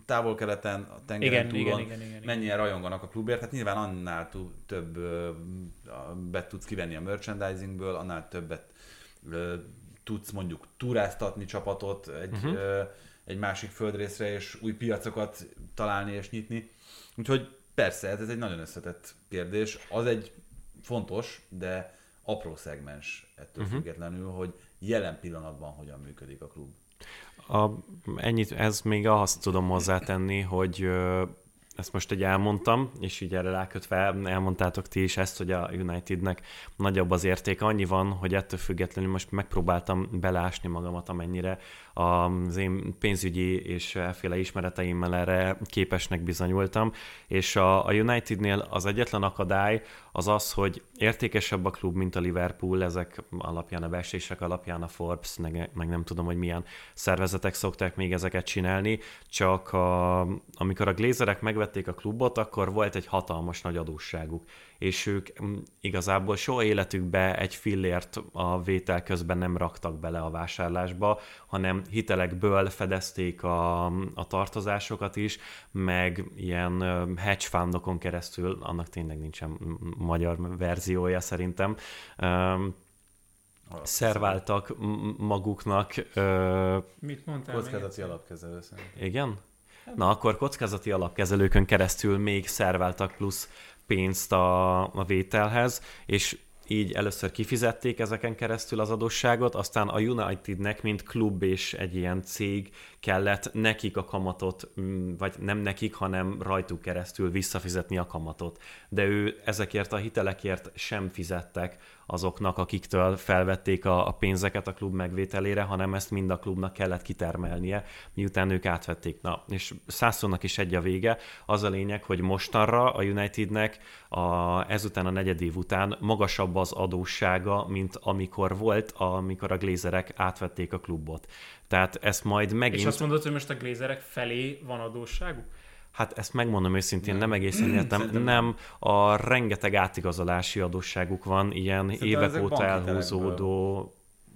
távol-keleten, a tengeren igen, túlon, igen, igen, igen, mennyien rajonganak a klubért, hát nyilván annál több bet tudsz kivenni a merchandisingből, annál többet tudsz mondjuk turáztatni csapatot egy, uh-huh. egy másik földrészre, és új piacokat találni és nyitni. Úgyhogy persze, ez egy nagyon összetett kérdés. Az egy fontos, de apró szegmens ettől uh-huh. függetlenül, hogy jelen pillanatban hogyan működik a klub. A, ennyit, ez még azt tudom hozzátenni, hogy ö, ezt most egy elmondtam, és így erre rákötve elmondtátok ti is ezt, hogy a Unitednek nagyobb az értéke. Annyi van, hogy ettől függetlenül most megpróbáltam belásni magamat, amennyire az én pénzügyi és elféle ismereteimmel erre képesnek bizonyultam, és a, a Unitednél az egyetlen akadály az az, hogy értékesebb a klub, mint a Liverpool, ezek alapján, a becslések alapján a Forbes, meg, meg nem tudom, hogy milyen szervezetek szokták még ezeket csinálni, csak a, amikor a Glazerek megvették a klubot, akkor volt egy hatalmas nagy adósságuk, és ők igazából soha életükbe egy fillért a vétel közben nem raktak bele a vásárlásba, hanem hitelekből fedezték a, a tartozásokat is, meg ilyen hedge fundokon keresztül, annak tényleg nincsen magyar verziója szerintem, szerváltak maguknak. Mit mondtál? Kockázati alapkezelő szerintem. Igen? Na, akkor kockázati alapkezelőkön keresztül még szerváltak plusz pénzt a, a vételhez, és így először kifizették ezeken keresztül az adósságot, aztán a Unitednek, mint klub és egy ilyen cég kellett nekik a kamatot, vagy nem nekik, hanem rajtuk keresztül visszafizetni a kamatot. De ő ezekért a hitelekért sem fizettek azoknak, akiktől felvették a, a pénzeket a klub megvételére, hanem ezt mind a klubnak kellett kitermelnie, miután ők átvették. Na, és százszónak is egy a vége. Az a lényeg, hogy mostanra a Unitednek a, ezután a negyed év után magasabb az adóssága, mint amikor volt, amikor a Glazerek átvették a klubot. Tehát ezt majd megint... És azt mondod, hogy most a Glazerek felé van adósságuk? Hát ezt megmondom őszintén, nem, nem egészen értem. Nem, a rengeteg átigazolási adósságuk van, ilyen szerintem évek óta elhúzódó...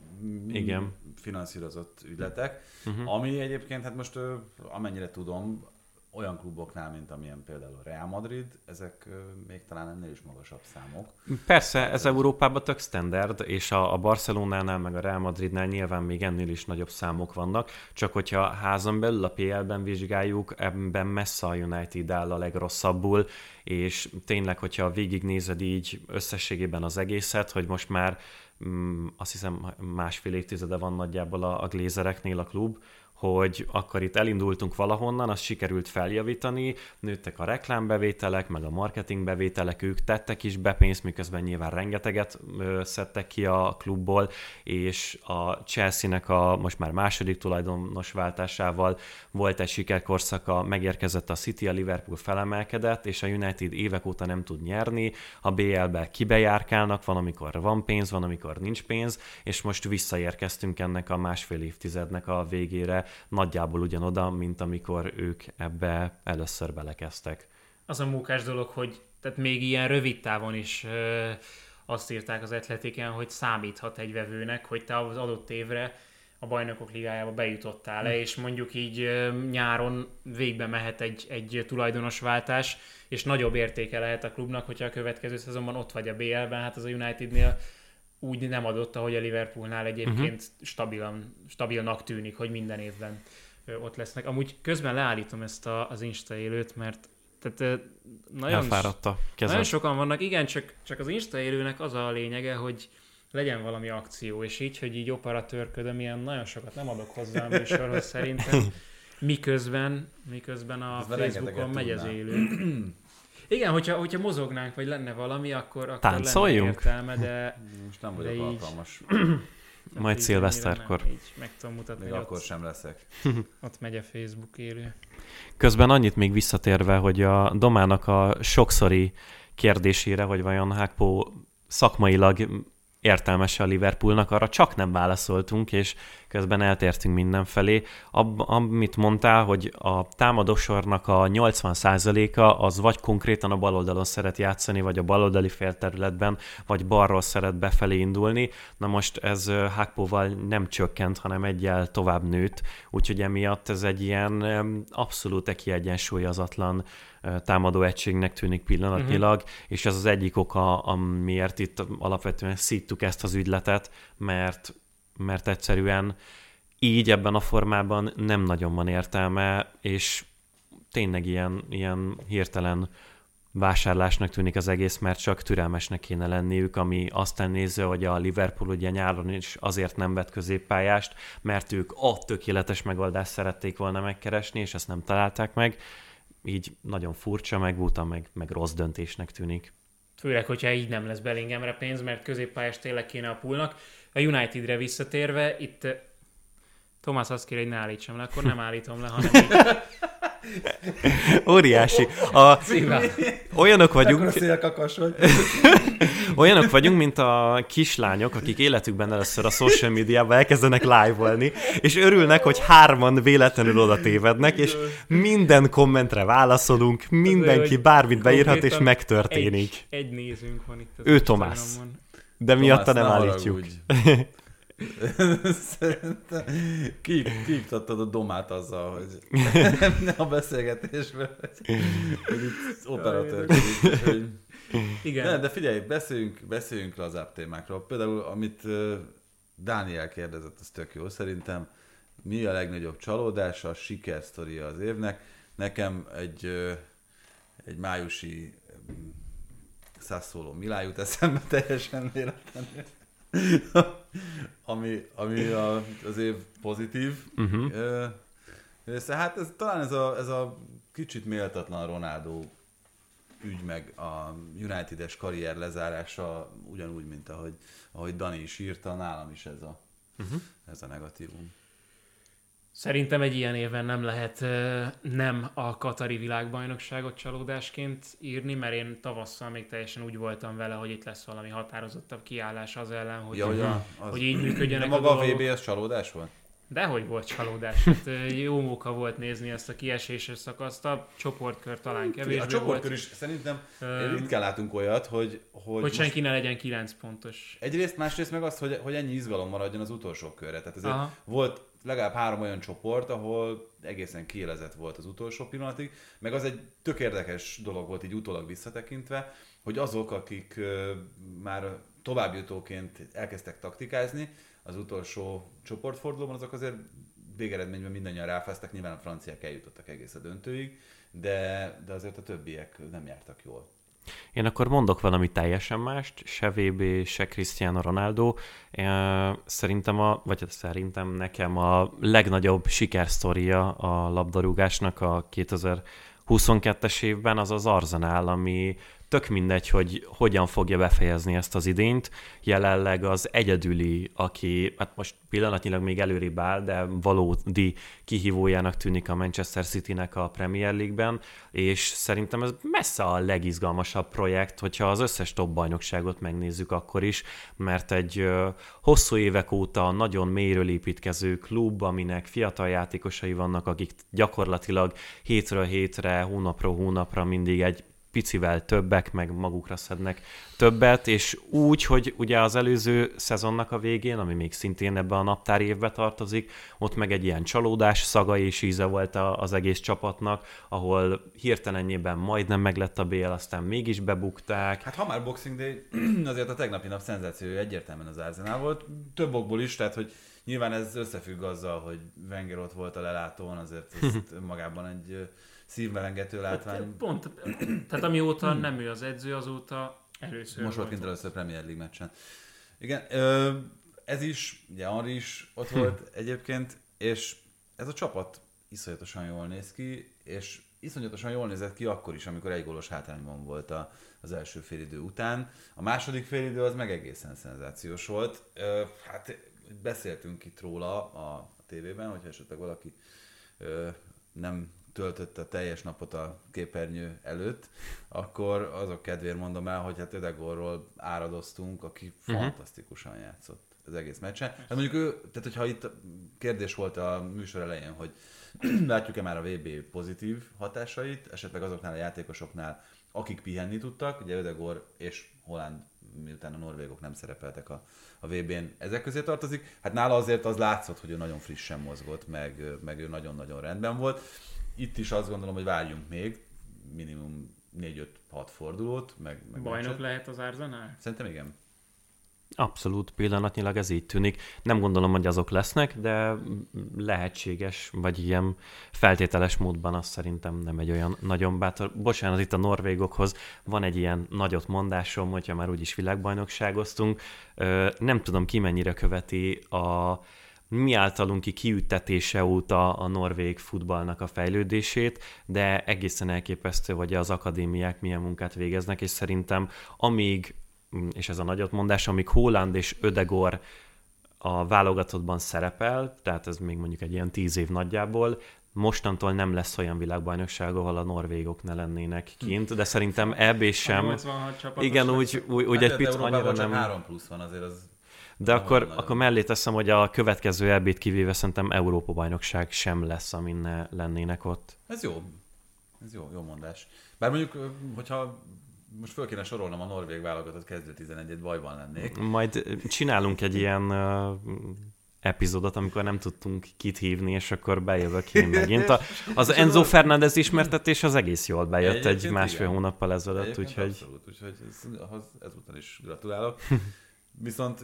Igen. Finanszírozott ügyletek, uh-huh. ami egyébként, hát most amennyire tudom, olyan kluboknál, mint amilyen például a Real Madrid, ezek még talán ennél is magasabb számok. Persze, ez Európában tök standard, és a, a Barcelonánál meg a Real Madridnál nyilván még ennél is nagyobb számok vannak, csak hogyha házon belül a pé el-ben vizsgáljuk, ebben messze a United áll a legrosszabbul, és tényleg, hogyha végignézed így összességében az egészet, hogy most már mm, azt hiszem másfél évtizede van nagyjából a, a Glazereknél a klub, hogy akkor itt elindultunk valahonnan, azt sikerült feljavítani, nőttek a reklámbevételek, meg a marketingbevételek, ők tettek is be pénzt, miközben nyilván rengeteget ö, szedtek ki a klubból, és a Chelsea-nek a most már második tulajdonos váltásával volt egy sikerkorszaka, megérkezett a City, a Liverpool felemelkedett, és a United évek óta nem tud nyerni, a bé el-be kibejárkálnak, van amikor van pénz, van amikor nincs pénz, és most visszaérkeztünk ennek a másfél évtizednek a végére, nagyjából ugyanoda, mint amikor ők ebbe először belekezdtek. Az a mókás dolog, hogy tehát még ilyen rövid távon is ö, azt írták az Atletiken, hogy számíthat egy vevőnek, hogy te az adott évre a Bajnokok Ligájába bejutottál le, és mondjuk így ö, nyáron végbe mehet egy, egy tulajdonosváltás, és nagyobb értéke lehet a klubnak, hogyha a következő szezonban ott vagy a bé el-ben, hát az a Unitednél úgy nem adott, ahogy a Liverpoolnál egyébként uh-huh. stabilan, stabilnak tűnik, hogy minden évben ö, ott lesznek. Amúgy közben leállítom ezt a, az Insta élőt, mert tehát, ö, nagyon, elfáradta kezed. Nagyon sokan vannak, igen, csak, csak az Insta élőnek az a lényege, hogy legyen valami akció, és így, hogy így operatőrködöm, ilyen nagyon sokat nem adok hozzá a műsorhoz szerintem, miközben, miközben a ez Facebookon megy az élő. Igen, hogyha, hogyha mozognánk, vagy lenne valami, akkor, akkor lenne értelme, de... Most nem vagyok alkalmas. Majd szilveszterkor. Meg tudom mutatni, még akkor ott, sem leszek. Ott megy a Facebook élő. Közben annyit még visszatérve, hogy a Domának a sokszori kérdésére, hogy vajon Hákpó szakmailag értelmes a Liverpoolnak, arra csak nem válaszoltunk, és közben eltértünk mindenfelé. Ab, amit mondtál, hogy a támadósornak a nyolcvan százaléka az vagy konkrétan a bal oldalon szeret játszani, vagy a baloldali félterületben, vagy balról szeret befelé indulni. Na most ez Hákpóval nem csökkent, hanem egyel tovább nőtt, úgyhogy emiatt ez egy ilyen abszolút kiegyensúlyozatlan támadó egységnek tűnik pillanatnyilag, uh-huh. és ez az egyik oka, amiért itt alapvetően szíttuk ezt az ügyletet, mert, mert egyszerűen így ebben a formában nem nagyon van értelme, és tényleg ilyen, ilyen hirtelen vásárlásnak tűnik az egész, mert csak türelmesnek kéne lenniük, ami aztán nézve, hogy a Liverpool ugye nyáron is azért nem vett középpályást, mert ők a tökéletes megoldást szerették volna megkeresni, és ezt nem találták meg. Így nagyon furcsa, meg buta, meg, meg rossz döntésnek tűnik. Főleg, hogyha így nem lesz Bellinghamre pénz, mert középpályás tényleg kéne a Poolnak. A Unitedre visszatérve, itt Tomás azt kér, hogy ne állítsam le, akkor nem állítom le, hanem így. Óriási. A... Olyanok vagyunk... Olyanok vagyunk, mint a kislányok, akik életükben először a social médiában elkezdenek live-olni, és örülnek, hogy hárman véletlenül oda tévednek, és minden kommentre válaszolunk, mindenki bármit beírhat, és megtörténik. Egy, egy nézőnk van itt. Ő Tomás. De miatta nem állítjuk. Kiiktattad a domát azzal, hogy a beszélgetésben, hogy itt operatőrkedik. Hogy... Igen. De, de figyelj, beszéljünk, beszéljünk lazább témákról. Például, amit Dániel kérdezett, az tök jó szerintem. Mi a legnagyobb csalódása, a sikersztoria az évnek? Nekem egy, egy májusi Sassuolo Milán jut eszembe teljesen véletlenül. ami, ami a, az év pozitív. Uh-huh. Része. Hát ez, talán ez a, ez a kicsit méltatlan Ronaldo ügy, meg a United-es karrier lezárása ugyanúgy, mint ahogy, ahogy Dani is írta, nálam is ez a, uh-huh. ez a negatívum. Szerintem egy ilyen évben nem lehet nem a katari világbajnokságot csalódásként írni, mert én tavasszal még teljesen úgy voltam vele, hogy itt lesz valami határozottabb kiállás az ellen, hogy, ja, ja, az... hogy így működjenek de a maga dolgok. a vé bé az csalódás volt? Dehogy volt csalódás. Hát, jó móka volt nézni ezt a kieséses szakaszt, a csoportkör talán kevésbé volt. A csoportkör is szerintem um, ritkán látunk olyat, hogy... Hogy, hogy senki ne legyen kilenc pontos. Egyrészt, másrészt meg az, hogy, hogy ennyi izgalom maradjon az utolsó körre. Tehát ezért Aha. volt legalább három olyan csoport, ahol egészen kiélezett volt az utolsó pillanatig, meg az egy tök érdekes dolog volt így utólag visszatekintve, hogy azok, akik uh, már továbbjutóként elkezdtek taktikázni, az utolsó csoportfordulóban, azok azért végeredményben mindannyian ráfáztak, nyilván a franciák eljutottak egész a döntőig, de, de azért a többiek nem jártak jól. Én akkor mondok valami teljesen mást, se vé bé, se Cristiano Ronaldo. Szerintem, a, vagy szerintem nekem a legnagyobb sikersztoria a labdarúgásnak a kétezer-huszonkettes évben az az Arsenal, ami tök mindegy, hogy hogyan fogja befejezni ezt az idényt. Jelenleg az egyedüli, aki hát most pillanatnyilag még előrébb áll, de valódi kihívójának tűnik a Manchester Citynek a Premier League-ben, és szerintem ez messze a legizgalmasabb projekt, hogyha az összes top bajnokságot megnézzük akkor is, mert egy ö, hosszú évek óta nagyon mélyről építkező klub, aminek fiatal játékosai vannak, akik gyakorlatilag hétről hétre, hónapról hónapra mindig egy picivel többek, meg magukra szednek többet, és úgy, hogy ugye az előző szezonnak a végén, ami még szintén ebben a naptári évbe tartozik, ott meg egy ilyen csalódás szaga és íze volt az egész csapatnak, ahol hirtelenjében majdnem meglett a bé el, aztán mégis bebukták. Hát ha már Boxing Day, azért a tegnapi nap szenzációja egyértelműen az Arsenal volt, több okból is, tehát hogy nyilván ez összefügg azzal, hogy Wenger ott volt a lelátón, azért ez magában egy szívmelengető látvány. Pont, tehát amióta nem ő az edző, azóta először Most volt kint először Premier League meccsen. Igen, ez is, ugye Henry is ott volt egyébként, és ez a csapat iszonyatosan jól néz ki, és iszonyatosan jól nézett ki akkor is, amikor egy gólos hátrányban volt az első félidő után. A második félidő az meg egészen szenzációs volt. Hát beszéltünk itt róla a tévében, hogyha esetleg valaki nem töltötte a teljes napot a képernyő előtt, akkor azok kedvéért mondom el, hogy hát Ödegorról áradoztunk, aki uh-huh. fantasztikusan játszott az egész meccsen. Hát mondjuk ő, tehát hogyha itt kérdés volt a műsor elején, hogy látjuk-e már a vé bé pozitív hatásait, esetleg azoknál a játékosoknál, akik pihenni tudtak, ugye Ödegor és Haaland, miután a norvégok nem szerepeltek a, a vé bén, ezek közé tartozik. Hát nála azért az látszott, hogy ő nagyon frissen mozgott, meg, meg ő nagyon-nagyon rendben volt. Itt is azt gondolom, hogy várjunk még minimum négy-öt-hat fordulót. Meg, meg Bajnok meccset. lehet az Arsenal? Szerintem igen. Abszolút, pillanatnyilag ez így tűnik. Nem gondolom, hogy azok lesznek, de lehetséges, vagy ilyen feltételes módban az szerintem nem egy olyan nagyon bátor. Bocsánat, itt a norvégokhoz van egy ilyen nagyot mondásom, hogyha már úgyis világbajnokságoztunk. Nem tudom, ki mennyire követi a mi általunk ki kiüttetése óta a norvég futballnak a fejlődését, de egészen elképesztő, hogy az akadémiák milyen munkát végeznek, és szerintem amíg, és ez a nagyotmondás, amíg Haaland és Ödegor a válogatottban szerepel, tehát ez még mondjuk egy ilyen tíz év nagyjából, mostantól nem lesz olyan világbajnokság, ahol a norvégok ne lennének kint, de szerintem ebbé sem. Igen, úgy, úgy, úgy hát egy picit annyira nem. három plusz van, azért az. De akkor, akkor mellé teszem, hogy a következő é bét kivéve szerintem Európa-bajnokság sem lesz, amin ne lennének ott. Ez jó. Ez jó, jó mondás. Bár mondjuk, hogyha most föl kéne sorolnom a norvég válogatott kezdő tizenegyet, bajban lennék. Majd csinálunk egy ilyen uh, epizódot, amikor nem tudtunk kit hívni, és akkor bejövök én megint. A, az Enzo Fernández ismertetés az egész jól bejött egy, egy másfél igen. hónappal ezelőtt, úgyhogy... Abszolút, úgyhogy ez, ahhoz ezúttal is gratulálok. Viszont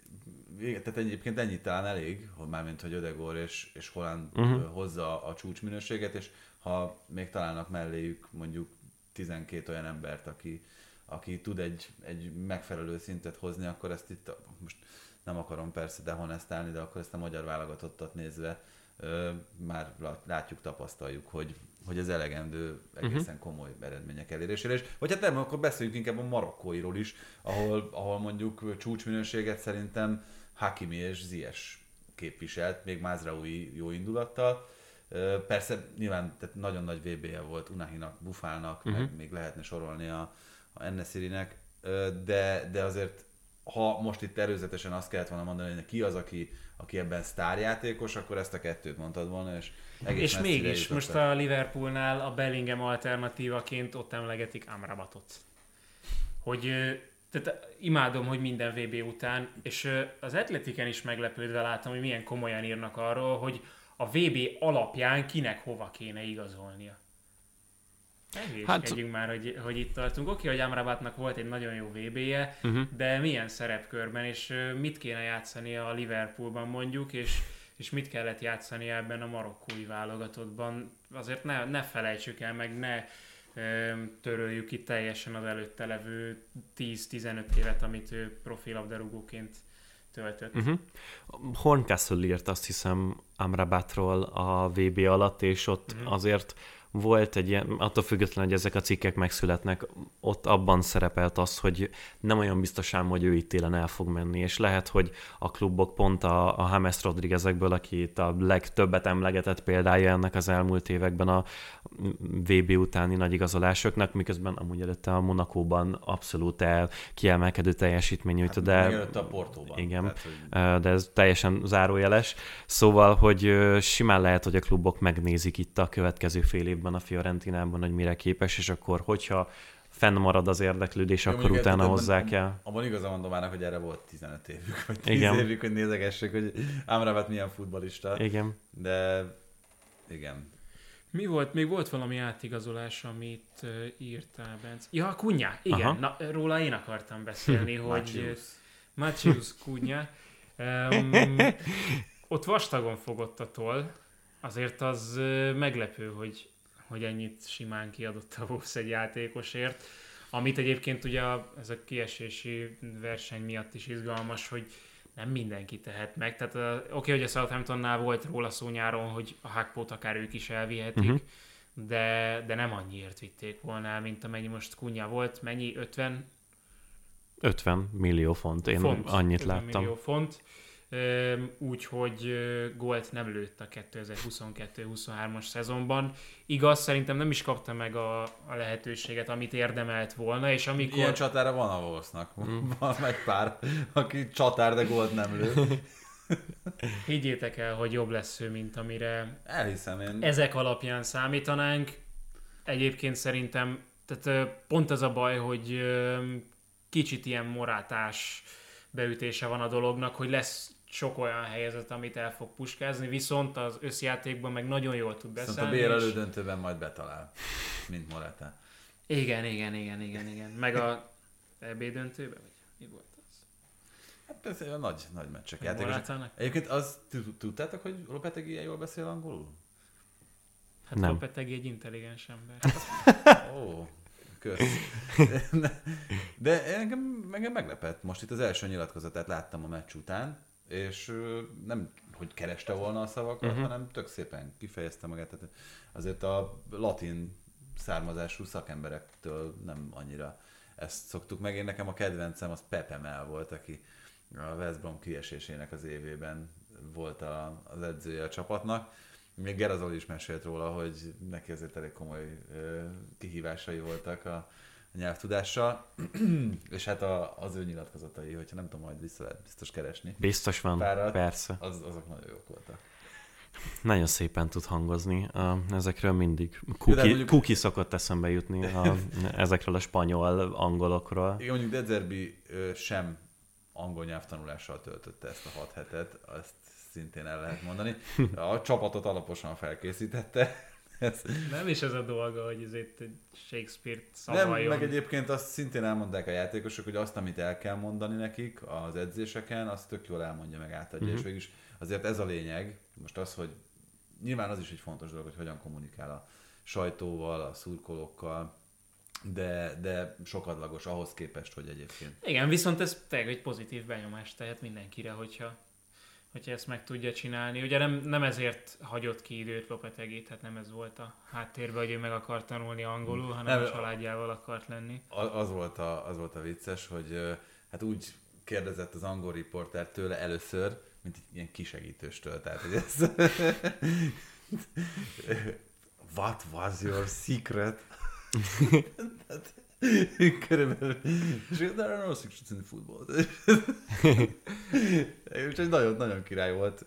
tehát egyébként ennyit talán elég, hogy mármint, hogy Ödegor és, és Haaland uh-huh. hozza a csúcsminőséget, és ha még találnak melléjük mondjuk tizenkét olyan embert, aki, aki tud egy, egy megfelelő szintet hozni, akkor ezt itt, most nem akarom persze dehonestálni, de akkor ezt a magyar válogatottat nézve ö, már látjuk, tapasztaljuk, hogy, hogy ez elegendő egészen uh-huh. komoly eredmények elérésére. És, vagy hát nem, akkor beszéljünk inkább a marokkóiról is, ahol, ahol mondjuk csúcsminőséget szerintem Hakimi és Ziyech képviselt, még Mazraoui jó indulattal. Persze nyilván tehát nagyon nagy vé bé-je volt Unahinak, Buffalnak, uh-huh. meg még lehetne sorolni a, a En-Nesyrinek, de, de azért ha most itt előzetesen azt kellett volna mondani, hogy ki az, aki, aki ebben sztárjátékos, akkor ezt a kettőt mondtad volna, és egész És mégis most a Liverpoolnál a Bellingham alternatívaként ott emlegetik Amrabatot. Hogy tehát imádom, hogy minden vé bé után, és az Atletiken is meglepődve láttam, hogy milyen komolyan írnak arról, hogy a vé bé alapján kinek hova kéne igazolnia. Elhűskedjünk hát, már, hogy, hogy itt tartunk. Oké, hogy Amrabatnak volt egy nagyon jó vé bé-je, uh-huh. de milyen szerepkörben, és mit kéne játszani a Liverpoolban mondjuk, és, és mit kellett játszani ebben a marokkói válogatottban. Azért ne, ne felejtsük el, meg ne töröljük itt teljesen az előtte levő tíz-tizenöt évet, amit ő profilabdarúgóként töltött. Uh-huh. Horncastle írt azt hiszem Amrabatról a vé bé alatt, és ott uh-huh. azért volt egy ilyen, attól függetlenül, hogy ezek a cikkek megszületnek, ott abban szerepelt az, hogy nem olyan biztos ám, hogy ő itt télen el fog menni, és lehet, hogy a klubok pont a, a James Rodriguezekből, aki itt a legtöbbet emlegetett példája ennek az elmúlt években a vé bé utáni nagy igazolásoknak, miközben amúgy előtte a Monakóban abszolút el, kiemelkedő teljesítmény nyújtott, de... Előtte a Portóban. Igen, tehát, hogy... de ez teljesen zárójeles. Szóval, hogy simán lehet, hogy a klubok megnézik itt a következő fél évben a Fiorentinában, hogy mire képes, és akkor, hogyha fennmarad az érdeklődés, jó, akkor utána ebben, hozzák el. Abban igazán mondom már, hogy erre volt tizenöt évük, vagy tíz igen. évük, hogy nézegessék, hogy Amrabat milyen futballista. Igen. De igen. Mi volt? Még volt valami átigazolás, amit uh, írtál, Bence? Ja, Cunha, igen. Na, róla én akartam beszélni, hogy... Matheus Cunha. Um, ott vastagon fogott a toll. Azért az uh, meglepő, hogy, hogy ennyit simán kiadott a Wolves egy játékosért. Amit egyébként ugye a, ez a kiesési verseny miatt is izgalmas, hogy nem mindenki tehet meg. Tehát oké, okay, hogy a Southamptonnál volt róla szó nyáron, hogy a Hakpót akár ők is elvihetik, uh-huh. de, de nem annyiért vitték volna el, mint amennyi most Cunha volt. Mennyi? ötven? ötven millió font. Én font. Annyit láttam. millió font. úgyhogy gólt nem lőtt a kétezer-huszonkettő huszonhármas szezonban. Igaz, szerintem nem is kapta meg a, a lehetőséget, amit érdemelt volna, és amikor... Ilyen csatára van a Wolvesnak. Mm. Van egy pár, aki csatár, de gólt nem lő. Higgyétek el, hogy jobb lesz ő, mint amire Elhiszem én. ezek alapján számítanánk. Egyébként szerintem tehát pont az a baj, hogy kicsit ilyen morátás beütése van a dolognak, hogy lesz sok olyan helyzet, amit el fog puskázni, viszont az összjátékban meg nagyon jól tud beszélni. Szóval a bé el elődöntőben majd betalál, mint Morata. Igen, igen, igen, igen, igen. Meg a é bé döntőben, vagy mi volt az? Hát ez a nagy, nagy meccsek A játékos. Moratának? Egyébként azt tudtátok, hogy Lopetegui ilyen jól beszél angolul? Hát Nem. Lopetegui egy intelligens ember. Ó, kösz. De engem, engem meglepett. Most itt az első nyilatkozatát láttam a meccs után, és ö, nem, hogy kereste volna a szavakat, uh-huh. hanem tök szépen kifejezte magát. Tehát azért a latin származású szakemberektől nem annyira ezt szoktuk meg. Én nekem a kedvencem az Pepe Mel volt, aki a West Brom kiesésének az évében volt a, az edzője a csapatnak. Még Gerazoli is mesélt róla, hogy neki azért elég komoly ö, kihívásai voltak a, a nyelvtudással, és hát a, az ő nyilatkozatai, hogyha nem tudom, majd vissza lehet biztos keresni. Biztos van, Párat, persze. Az, azok nagyon jók voltak. Nagyon szépen tud hangozni. Uh, ezekről mindig Jó, Kuki, mondjuk... Kuki szokott eszembe jutni a, ezekről a spanyol angolokról. Igen, mondjuk De Zerbi ö, sem angol nyelvtanulással töltötte ezt a hat hetet, azt szintén el lehet mondani. A csapatot alaposan felkészítette. Ez... Nem is ez a dolga, hogy ezért egy Shakespeare-t Nem, szavaljon. meg egyébként azt szintén elmondták a játékosok, hogy azt, amit el kell mondani nekik az edzéseken, azt tök jól elmondja, meg átadja. Uh-huh. És végülis azért ez a lényeg, most az, hogy nyilván az is egy fontos dolog, hogy hogyan kommunikál a sajtóval, a szurkolókkal, de, de sokadlagos ahhoz képest, hogy egyébként. Igen, viszont ez tényleg egy pozitív benyomás tehet mindenkire, hogyha, hogyha ezt meg tudja csinálni. Ugye nem, nem ezért hagyott ki időt Lopetegui, tehát nem ez volt a háttérben, hogy ő meg akart tanulni angolul, hanem nem, a családjával akart lenni. Az volt a, az volt a vicces, hogy hát úgy kérdezett az angol riporter tőle először, mint egy ilyen kisegítőstől. Tehát, hogy ez... What was your secret? Körülbelül. És there are no secrets in football. Úgyhogy nagyon, nagyon király volt.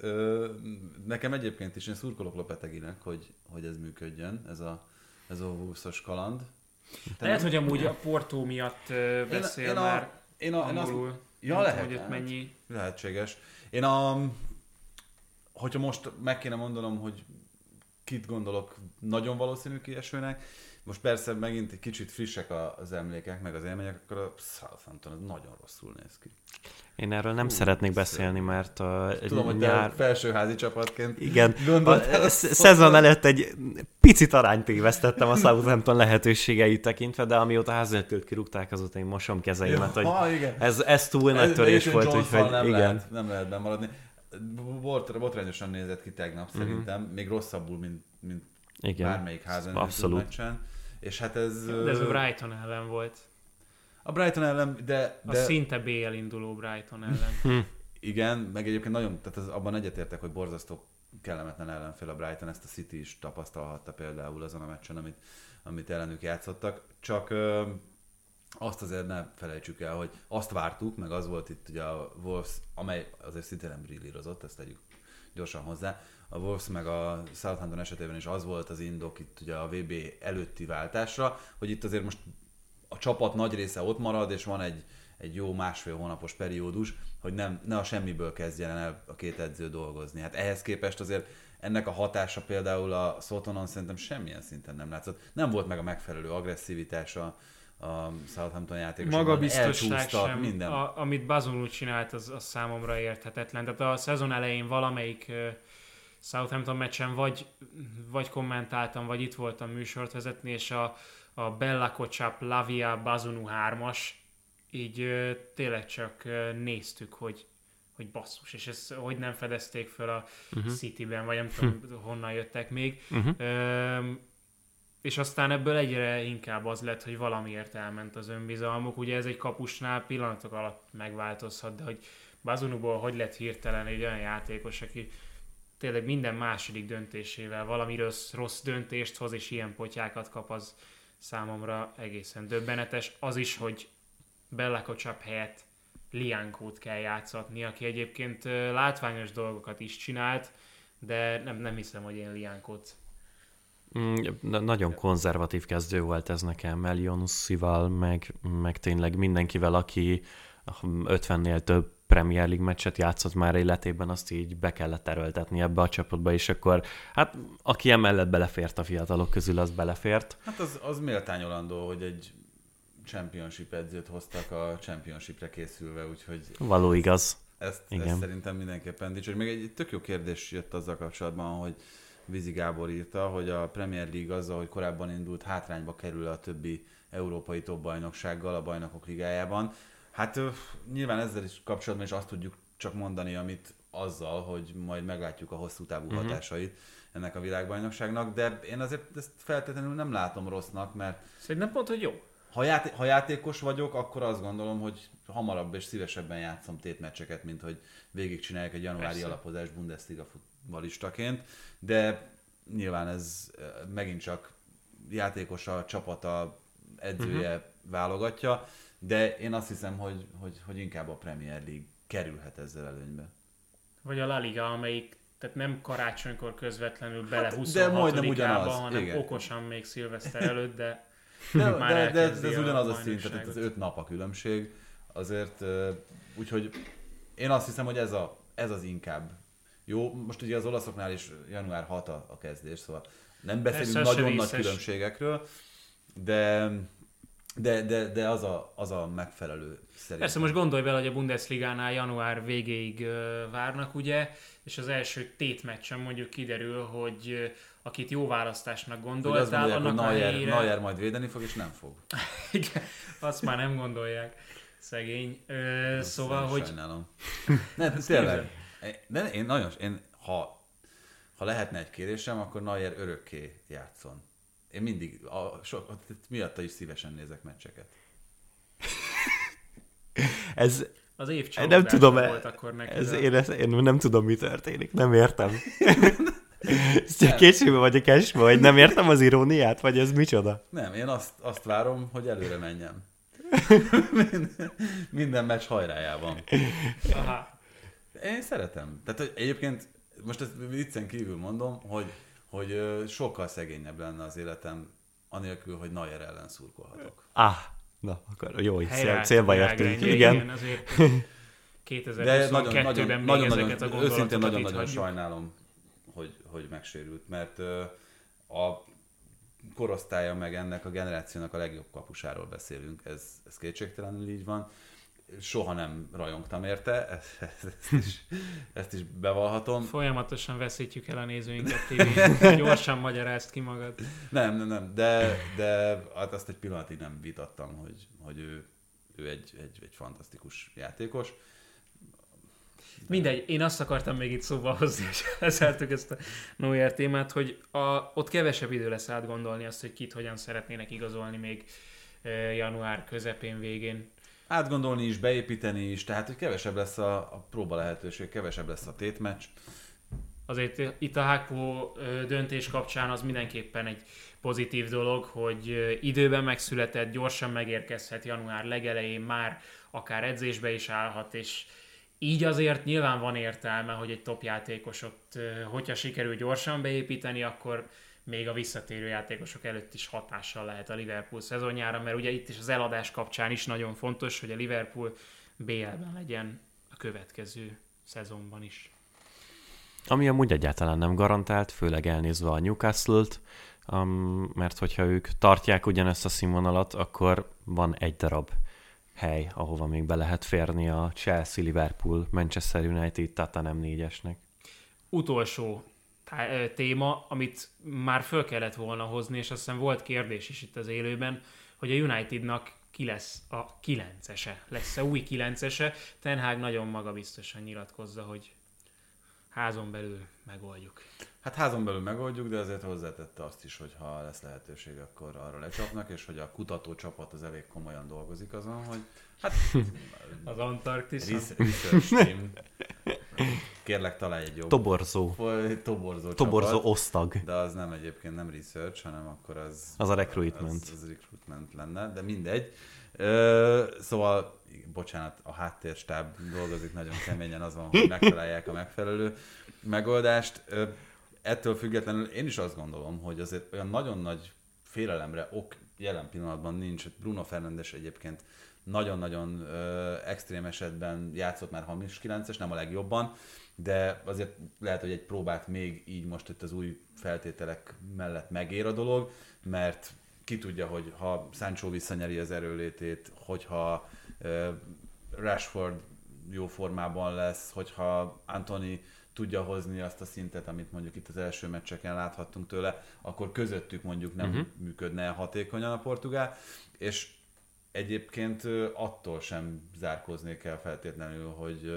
Nekem egyébként is, én szurkolok Lopeteguinek, hogy, hogy ez működjön, ez a, ez a Wolves-os kaland. Te lehet, nem... hogy amúgy a Porto miatt beszél én, én már a, én a, angolul. Én azt, ja, lehet, hogy ott mennyi... lehetséges. Én a... Hogyha most meg kéne mondanom, hogy kit gondolok nagyon valószínű kiesőnek, most persze megint egy kicsit frissek az emlékek, meg az élmények, akkor a Southampton az nagyon rosszul néz ki. Én erről nem Hú, szeretnék beszélni, mert a tudom, hogy nyár... te felsőházi csapatként igen, gondoltál. A szezon előtt egy picit arányt tévesztettem a Southampton lehetőségeit tekintve, de amióta Hazeltőt kirúgták, azóta én mosom kezeimet, ja, hogy ez, ez túl nagy törés volt, úgyhogy nem igen. Lehet, nem lehet bemaradni. Botrányosan nézett ki tegnap uh-huh. szerintem, még rosszabbul, mint, mint igen, bármelyik házan abszolút meccsen. És hát ez... De ez a Brighton ellen volt. A Brighton ellen, de... A de... szinte bé el induló Brighton ellen. Igen, meg egyébként nagyon, tehát az, abban egyetértek, hogy borzasztó kellemetlen ellenfél a Brighton, ezt a City is tapasztalhatta például azon a meccsen, amit, amit ellenük játszottak. Csak ö, azt azért ne felejtsük el, hogy azt vártuk, meg az volt itt ugye a Wolves, amely azért szinte nem brillírozott, ezt tegyük gyorsan hozzá. A Wolves meg a Southampton esetében is az volt az indok itt ugye a vé bé előtti váltásra, hogy itt azért most a csapat nagy része ott marad, és van egy, egy jó másfél hónapos periódus, hogy nem, ne a semmiből kezdjen el a két edző dolgozni. Hát ehhez képest azért ennek a hatása például a Southamptonon szerintem semmilyen szinten nem látszott. Nem volt meg a megfelelő agresszivitása a Southampton játékosokban. Magabiztosság sem, minden. A, amit Bazunu csinált, az, az számomra érthetetlen. Tehát a szezon elején valamelyik uh, Southampton meccsen vagy, vagy kommentáltam, vagy itt voltam műsort vezetni, és a, a Bella Kocap Lavia Bazunu hármas, így uh, tényleg csak uh, néztük, hogy, hogy basszus, és ezt hogy nem fedezték föl a uh-huh. Cityben, vagy nem tudom, honnan jöttek még. Uh-huh. Uh, és aztán ebből egyre inkább az lett, hogy valamiért elment az önbizalmuk. Ugye ez egy kapusnál pillanatok alatt megváltozhat, de hogy Bazunuból hogy lett hirtelen egy olyan játékos, aki tényleg minden második döntésével valami rossz, rossz döntést hoz, és ilyen potyákat kap, az számomra egészen döbbenetes. Az is, hogy Bella Kotchap helyett Liankót kell játszatni, aki egyébként látványos dolgokat is csinált, de nem, nem hiszem, hogy én Liankót. Mm, nagyon konzervatív kezdő volt ez nekem, Elionussival, meg, meg tényleg mindenkivel, aki ötvennél több Premier League meccset játszott már életében, azt így be kellett erőltetni ebbe a csapatba, és akkor hát aki emellett belefért a fiatalok közül, az belefért. Hát az, az méltányolandó, hogy egy championship edzőt hoztak a championshipre készülve, úgyhogy... Való igaz. Ezt, Igen. ezt szerintem mindenképpen dicsőr. Még egy tök jó kérdés jött azzal kapcsolatban, hogy Vizi Gábor írta, hogy a Premier League azzal, hogy korábban indult, hátrányba kerül a többi európai top-bajnoksággal a bajnokok ligájában. Hát nyilván ezzel is kapcsolatban is azt tudjuk csak mondani, amit azzal, hogy majd meglátjuk a hosszú távú uh-huh. hatásait ennek a világbajnokságnak, de én azért ezt feltétlenül nem látom rossznak, mert... Szerintem pont, hogy jó. Ha, játé- ha játékos vagyok, akkor azt gondolom, hogy hamarabb és szívesebben játszom tétmeccseket, mint hogy végigcsinálják egy januári Persze. alapozás Bundesliga futballistaként, de nyilván ez megint csak játékosa, csapata, edzője uh-huh. válogatja, de én azt hiszem, hogy, hogy, hogy inkább a Premier League kerülhet ezzel előnybe. Vagy a La Liga, amelyik tehát nem karácsonykor közvetlenül bele hát, huszonhatodikába, hanem igen. okosan még szilveszter előtt, de de, már de, de, de ez ugyanaz a szint, tehát ez öt nap a különbség. Azért, úgyhogy én azt hiszem, hogy ez, a, ez az inkább jó. Most ugye az olaszoknál is január hatodika a kezdés, szóval nem beszélünk ez nagyon nagy különbségekről, de... De, de, de az, a, az a megfelelő szerintem. Persze most gondolj bele, hogy a Bundesligánál január végéig uh, várnak, ugye, és az első tétmeccsen mondjuk kiderül, hogy uh, akit jó választásnak gondoltál, mondják, annak hogy Neuer, a helyére... Neuer majd védeni fog, és nem fog. Igen, azt már nem gondolják. Szegény. Uh, szóval, hogy... Sajnálom. Ne, tényleg. De én nagyon... Én, ha, ha lehetne egy kérésem, akkor Neuer örökké játszon. Én mindig, a, so, miatta is szívesen nézek meccseket. Ez... Az év nem tudom, volt akkor neki. Ez, én, ezt, én nem tudom, mi történik. Nem értem. Ez csak később vagyok esve, vagy nem értem az iróniát, vagy ez micsoda? Nem, én azt, azt várom, hogy előre menjem. minden, minden meccs hajrájában. Aha. Én szeretem. Tehát hogy egyébként, most ezt viccen kívül mondom, hogy hogy sokkal szegényebb lenne az életem, anélkül, hogy Neuer ellen szurkolhatok. Ah, na, akkor jó, így cél, célba értünk. Igen. igen, azért kétezer-huszonkettőben még nagyon, ezeket a gondolatokat őszintén itt nagyon-nagyon hagyjuk. sajnálom, hogy, hogy megsérült, mert a korosztálya meg ennek a generációnak a legjobb kapusáról beszélünk, ez, ez kétségtelenül így van. Soha nem rajongtam érte, ezt, ezt, is, ezt is bevallhatom. Folyamatosan veszítjük el a nézőinket tévén. Gyorsan magyarázd ki magad. Nem, nem, nem, de, de hát azt egy pillanatig nem vitattam, hogy, hogy ő, ő egy, egy, egy fantasztikus játékos. Mindegy, én azt akartam még itt szóba hozni, és leszálltuk ezt a Neuer témát, hogy a, ott kevesebb idő lesz átgondolni azt, hogy kit hogyan szeretnének igazolni még január közepén, végén. Átgondolni is, beépíteni is, tehát hogy kevesebb lesz a, a próba lehetőség, kevesebb lesz a tétmeccs. Azért itt a Hákpó döntés kapcsán az mindenképpen egy pozitív dolog, hogy időben megszületett, gyorsan megérkezhet január legelején, már akár edzésbe is állhat, és így azért nyilván van értelme, hogy egy top játékosot, hogyha sikerül gyorsan beépíteni, akkor még a visszatérő játékosok előtt is hatással lehet a Liverpool szezonjára, mert ugye itt is az eladás kapcsán is nagyon fontos, hogy a Liverpool bé el-ben legyen a következő szezonban is. Ami amúgy egyáltalán nem garantált, főleg elnézve a Newcastle-t, um, mert hogyha ők tartják ugyanezt a színvonalat, akkor van egy darab hely, ahova még be lehet férni a Chelsea, Liverpool, Manchester United, Tottenham négyesnek. Utolsó téma, amit már föl kellett volna hozni, és azt hiszem volt kérdés is itt az élőben, hogy a Unitednak ki lesz a kilencese, lesz a új kilencese. Ten Hag nagyon magabiztosan nyilatkozza, hogy házon belül megoldjuk. Hát házon belül megoldjuk, de azért hozzátette azt is, hogy ha lesz lehetőség, akkor arra lecsapnak, és hogy a kutatócsapat az elég komolyan dolgozik azon, hogy hát... Az Antarktisz. Research team. Kérlek, találj egy jobb... Toborzó. Toborzó Toborzó csapat, osztag. de az nem egyébként nem research, hanem akkor az... Az a recruitment. Az, az recruitment lenne, de mindegy. Ö, szóval, bocsánat, a háttérstáb dolgozik nagyon keményen azon, hogy megtalálják a megfelelő megoldást. Ö, ettől függetlenül én is azt gondolom, hogy azért olyan nagyon nagy félelemre ok jelen pillanatban nincs. Bruno Fernandes egyébként nagyon-nagyon ö, extrém esetben játszott már hamis kilences, nem a legjobban, de azért lehet, hogy egy próbát még így most itt az új feltételek mellett megér a dolog, mert ki tudja, hogy ha Sancho visszanyeri az erőlétét, hogyha ö, Rashford jó formában lesz, hogyha Antony tudja hozni azt a szintet, amit mondjuk itt az első meccseken láthattunk tőle, akkor közöttük mondjuk nem uh-huh. működne hatékonyan a portugál, és egyébként attól sem zárkóznék el feltétlenül, hogy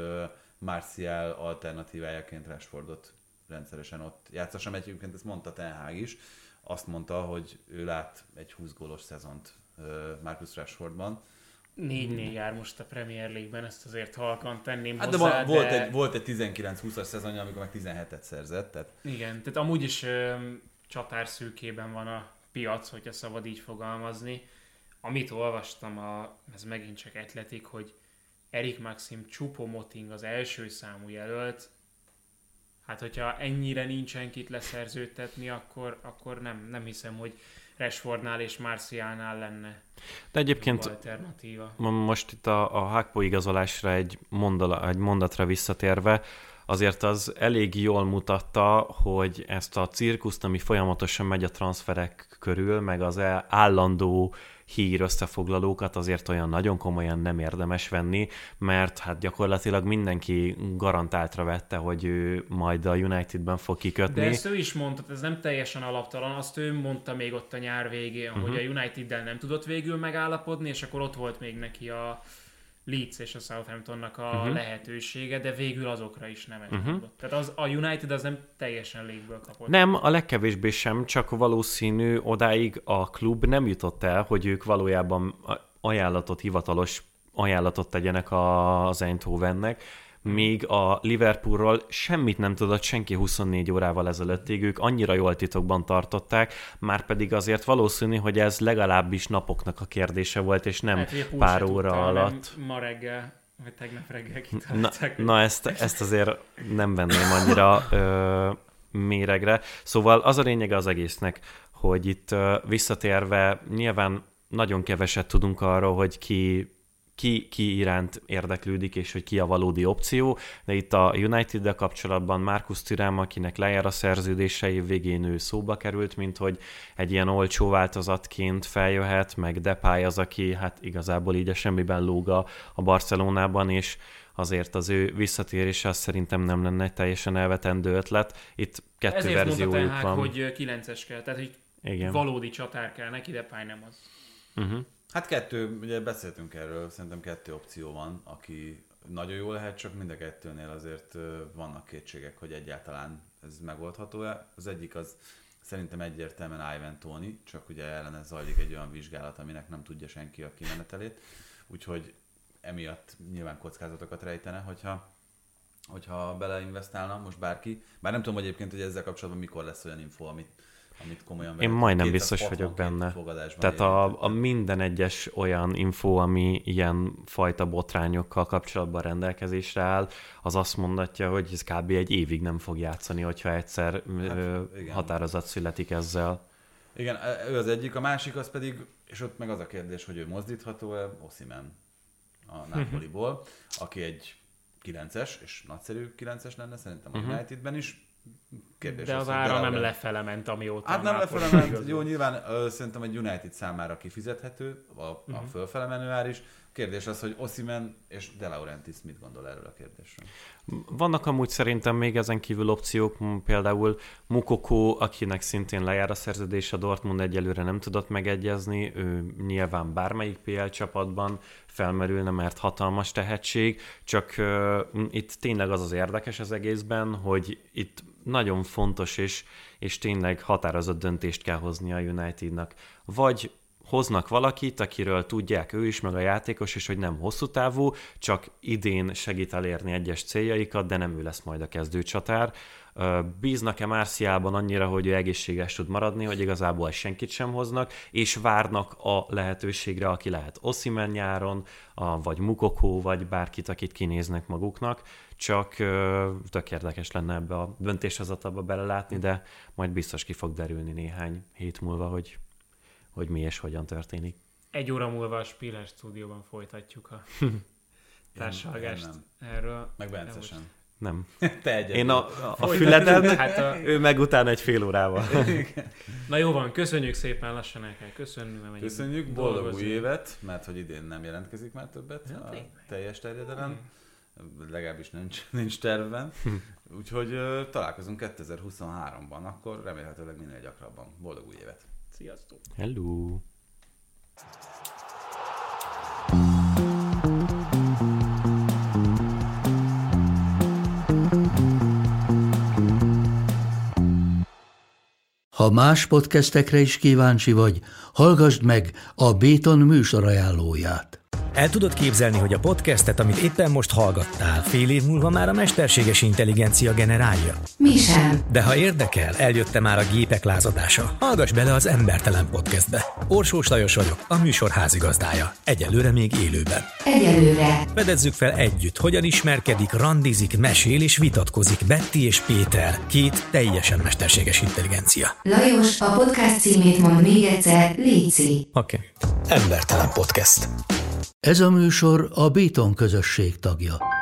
Martial alternatívájaként Rashfordot rendszeresen ott játszassam. Egyébként ezt mondta Ten Hag is, azt mondta, hogy ő lát egy húsz gólos szezont Marcus Rashfordban. négy négy jár most a Premier League-ben, ezt azért halkan tenném hát hozzá, de, volt, de... egy, volt egy tizenkilenc húszas szezonja, amikor meg tizenhetet szerzett. Tehát... Igen, tehát amúgy is ö, csatárszűkében van a piac, hogyha szabad így fogalmazni. Amit olvastam, a, ez megint csak Athletic, hogy Erik Maxim Choupo-Moting az első számú jelölt. Hát, hogyha ennyire nincsen kit leszerződtetni, akkor, akkor nem, nem hiszem, hogy Rashfordnál és Martialnál lenne de egyébként alternatíva. Most itt a, a Hakpo igazolásra egy, mondala, egy mondatra visszatérve, azért az elég jól mutatta, hogy ezt a cirkuszt, ami folyamatosan megy a transferek körül, meg az állandó hír összefoglalókat azért olyan nagyon komolyan nem érdemes venni, mert hát gyakorlatilag mindenki garantáltra vette, hogy ő majd a Unitedben fog kikötni. De ezt ő is mondta, ez nem teljesen alaptalan, azt ő mondta még ott a nyár végén, uh-huh. hogy a Uniteddel nem tudott végül megállapodni, és akkor ott volt még neki a Leeds és a Southamptonnak a uh-huh. lehetősége, de végül azokra is nemet uh-huh. mondott. Tehát az, a United az nem teljesen légből kapott. Nem, a legkevésbé sem, csak valószínű odáig a klub nem jutott el, hogy ők valójában ajánlatot, hivatalos ajánlatot tegyenek az Eindhovennek, míg a Liverpoolról semmit nem tudott senki huszonnégy órával ezelőttig, ők annyira jól titokban tartották, már pedig azért valószínű, hogy ez legalábbis napoknak a kérdése volt, és nem hát, pár óra tudta, alatt. Ma reggel, vagy tegnap reggel kitalálták. Na, na ezt, ezt azért nem venném annyira ö, méregre. Szóval az a lényege az egésznek, hogy itt ö, visszatérve nyilván nagyon keveset tudunk arról, hogy ki Ki, ki iránt érdeklődik, és hogy ki a valódi opció, de itt a United-del kapcsolatban Marcus Thuram, akinek lejár a szerződése, év végén ő szóba került, mint hogy egy ilyen olcsó változatként feljöhet, meg Depay az, aki hát igazából így a semmiben lóg a, a Barcelonában, és azért az ő visszatérése az szerintem nem lenne egy teljesen elvetendő ötlet. Itt kettő ezért verziójuk mondta Ten Hag, van. hogy kilences kell, tehát hogy igen. Valódi csatár kell neki, Depay nem az. Uh-huh. Hát kettő, ugye beszéltünk erről, szerintem kettő opció van, aki nagyon jó lehet, csak mind a kettőnél azért vannak kétségek, hogy egyáltalán ez megoldható-e. Az egyik az szerintem egyértelműen Ivan Toney, csak ugye ellene zajlik egy olyan vizsgálat, aminek nem tudja senki a kimenetelét, úgyhogy emiatt nyilván kockázatokat rejtene, hogyha, hogyha beleinvestálna most bárki. Bár nem tudom hogy egyébként, hogy ezzel kapcsolatban mikor lesz olyan info, amit amit komolyan Én majdnem biztos vagyok benne. Tehát a, a minden egyes olyan info, ami ilyen fajta botrányokkal kapcsolatban rendelkezésre áll, az azt mondatja, hogy ez kb. Egy évig nem fog játszani, hogyha egyszer hát, határozat születik ezzel. Igen, ő az egyik, a másik az pedig, és ott meg az a kérdés, hogy ő mozdítható-e, Osimhen a Napoliból, aki egy kilences, és nagyszerű kilences lenne, szerintem a uh-huh. Unitedben is. Kérdés de az, az ára nem lefele ment, amióta. Hát nem lefele ment, jó, nyilván ö, szerintem egy United számára kifizethető, a, uh-huh. a fölfele menő ár is, Kérdés az, hogy Osimhen és De Laurentiis mit gondol erről a kérdésről? Vannak amúgy szerintem még ezen kívül opciók, például Moukoko, akinek szintén lejár a szerződés, a Dortmund egyelőre nem tudott megegyezni, ő nyilván bármelyik pé el csapatban felmerülne, mert hatalmas tehetség, csak uh, itt tényleg az az érdekes az egészben, hogy itt nagyon fontos és, és tényleg határozott döntést kell hozni a Unitednak. Vagy hoznak valakit, akiről tudják ő is, meg a játékos is, hogy nem hosszú távú, csak idén segít elérni egyes céljaikat, de nem ő lesz majd a kezdőcsatár. Bíznak-e Martialban annyira, hogy ő egészséges tud maradni, hogy igazából senkit sem hoznak, és várnak a lehetőségre, aki lehet Osimhen nyáron, a, vagy Moukoko, vagy bárkit, akit kinéznek maguknak, csak tök érdekes lenne ebbe a döntéshozatalba belelátni, de majd biztos ki fog derülni néhány hét múlva, hogy hogy mi és hogyan történik. Egy óra múlva a Spiller stúdióban folytatjuk a társalgást erről. Meg Bence sem. Nem. Te egyedül. Én a, a, a füleden, hát a... ő meg utána egy fél órával. Na jó van, köszönjük szépen, lassan el kell köszönni. Köszönjük, boldog új évet, mert hogy idén nem jelentkezik már többet ja, a tényleg. Teljes terjedelem. Hmm. Legalábbis nincs, nincs tervben. Úgyhogy uh, találkozunk kétezer-huszonháromban, akkor remélhetőleg minél gyakrabban. Boldog új évet! Sziasztok! Hello! Ha más podcastekre is kíváncsi vagy, hallgassd meg a Béton műsor ajánlóját. El tudod képzelni, hogy a podcastet, amit éppen most hallgattál, fél év múlva már a mesterséges intelligencia generálja? Mi sem. De ha érdekel, eljött már a gépek lázadása. Hallgass bele az Embertelen podcastbe. Orsós Lajos vagyok, a műsor házigazdája. Egyelőre még élőben. Egyelőre. Fedezzük fel együtt, hogyan ismerkedik, randizik, mesél és vitatkozik Betty és Péter, két teljesen mesterséges intelligencia. Lajos, a podcast címét mond még egyszer, léci. Oké. Okay. Embertelen podcast. Ez a műsor a Béton közösség tagja.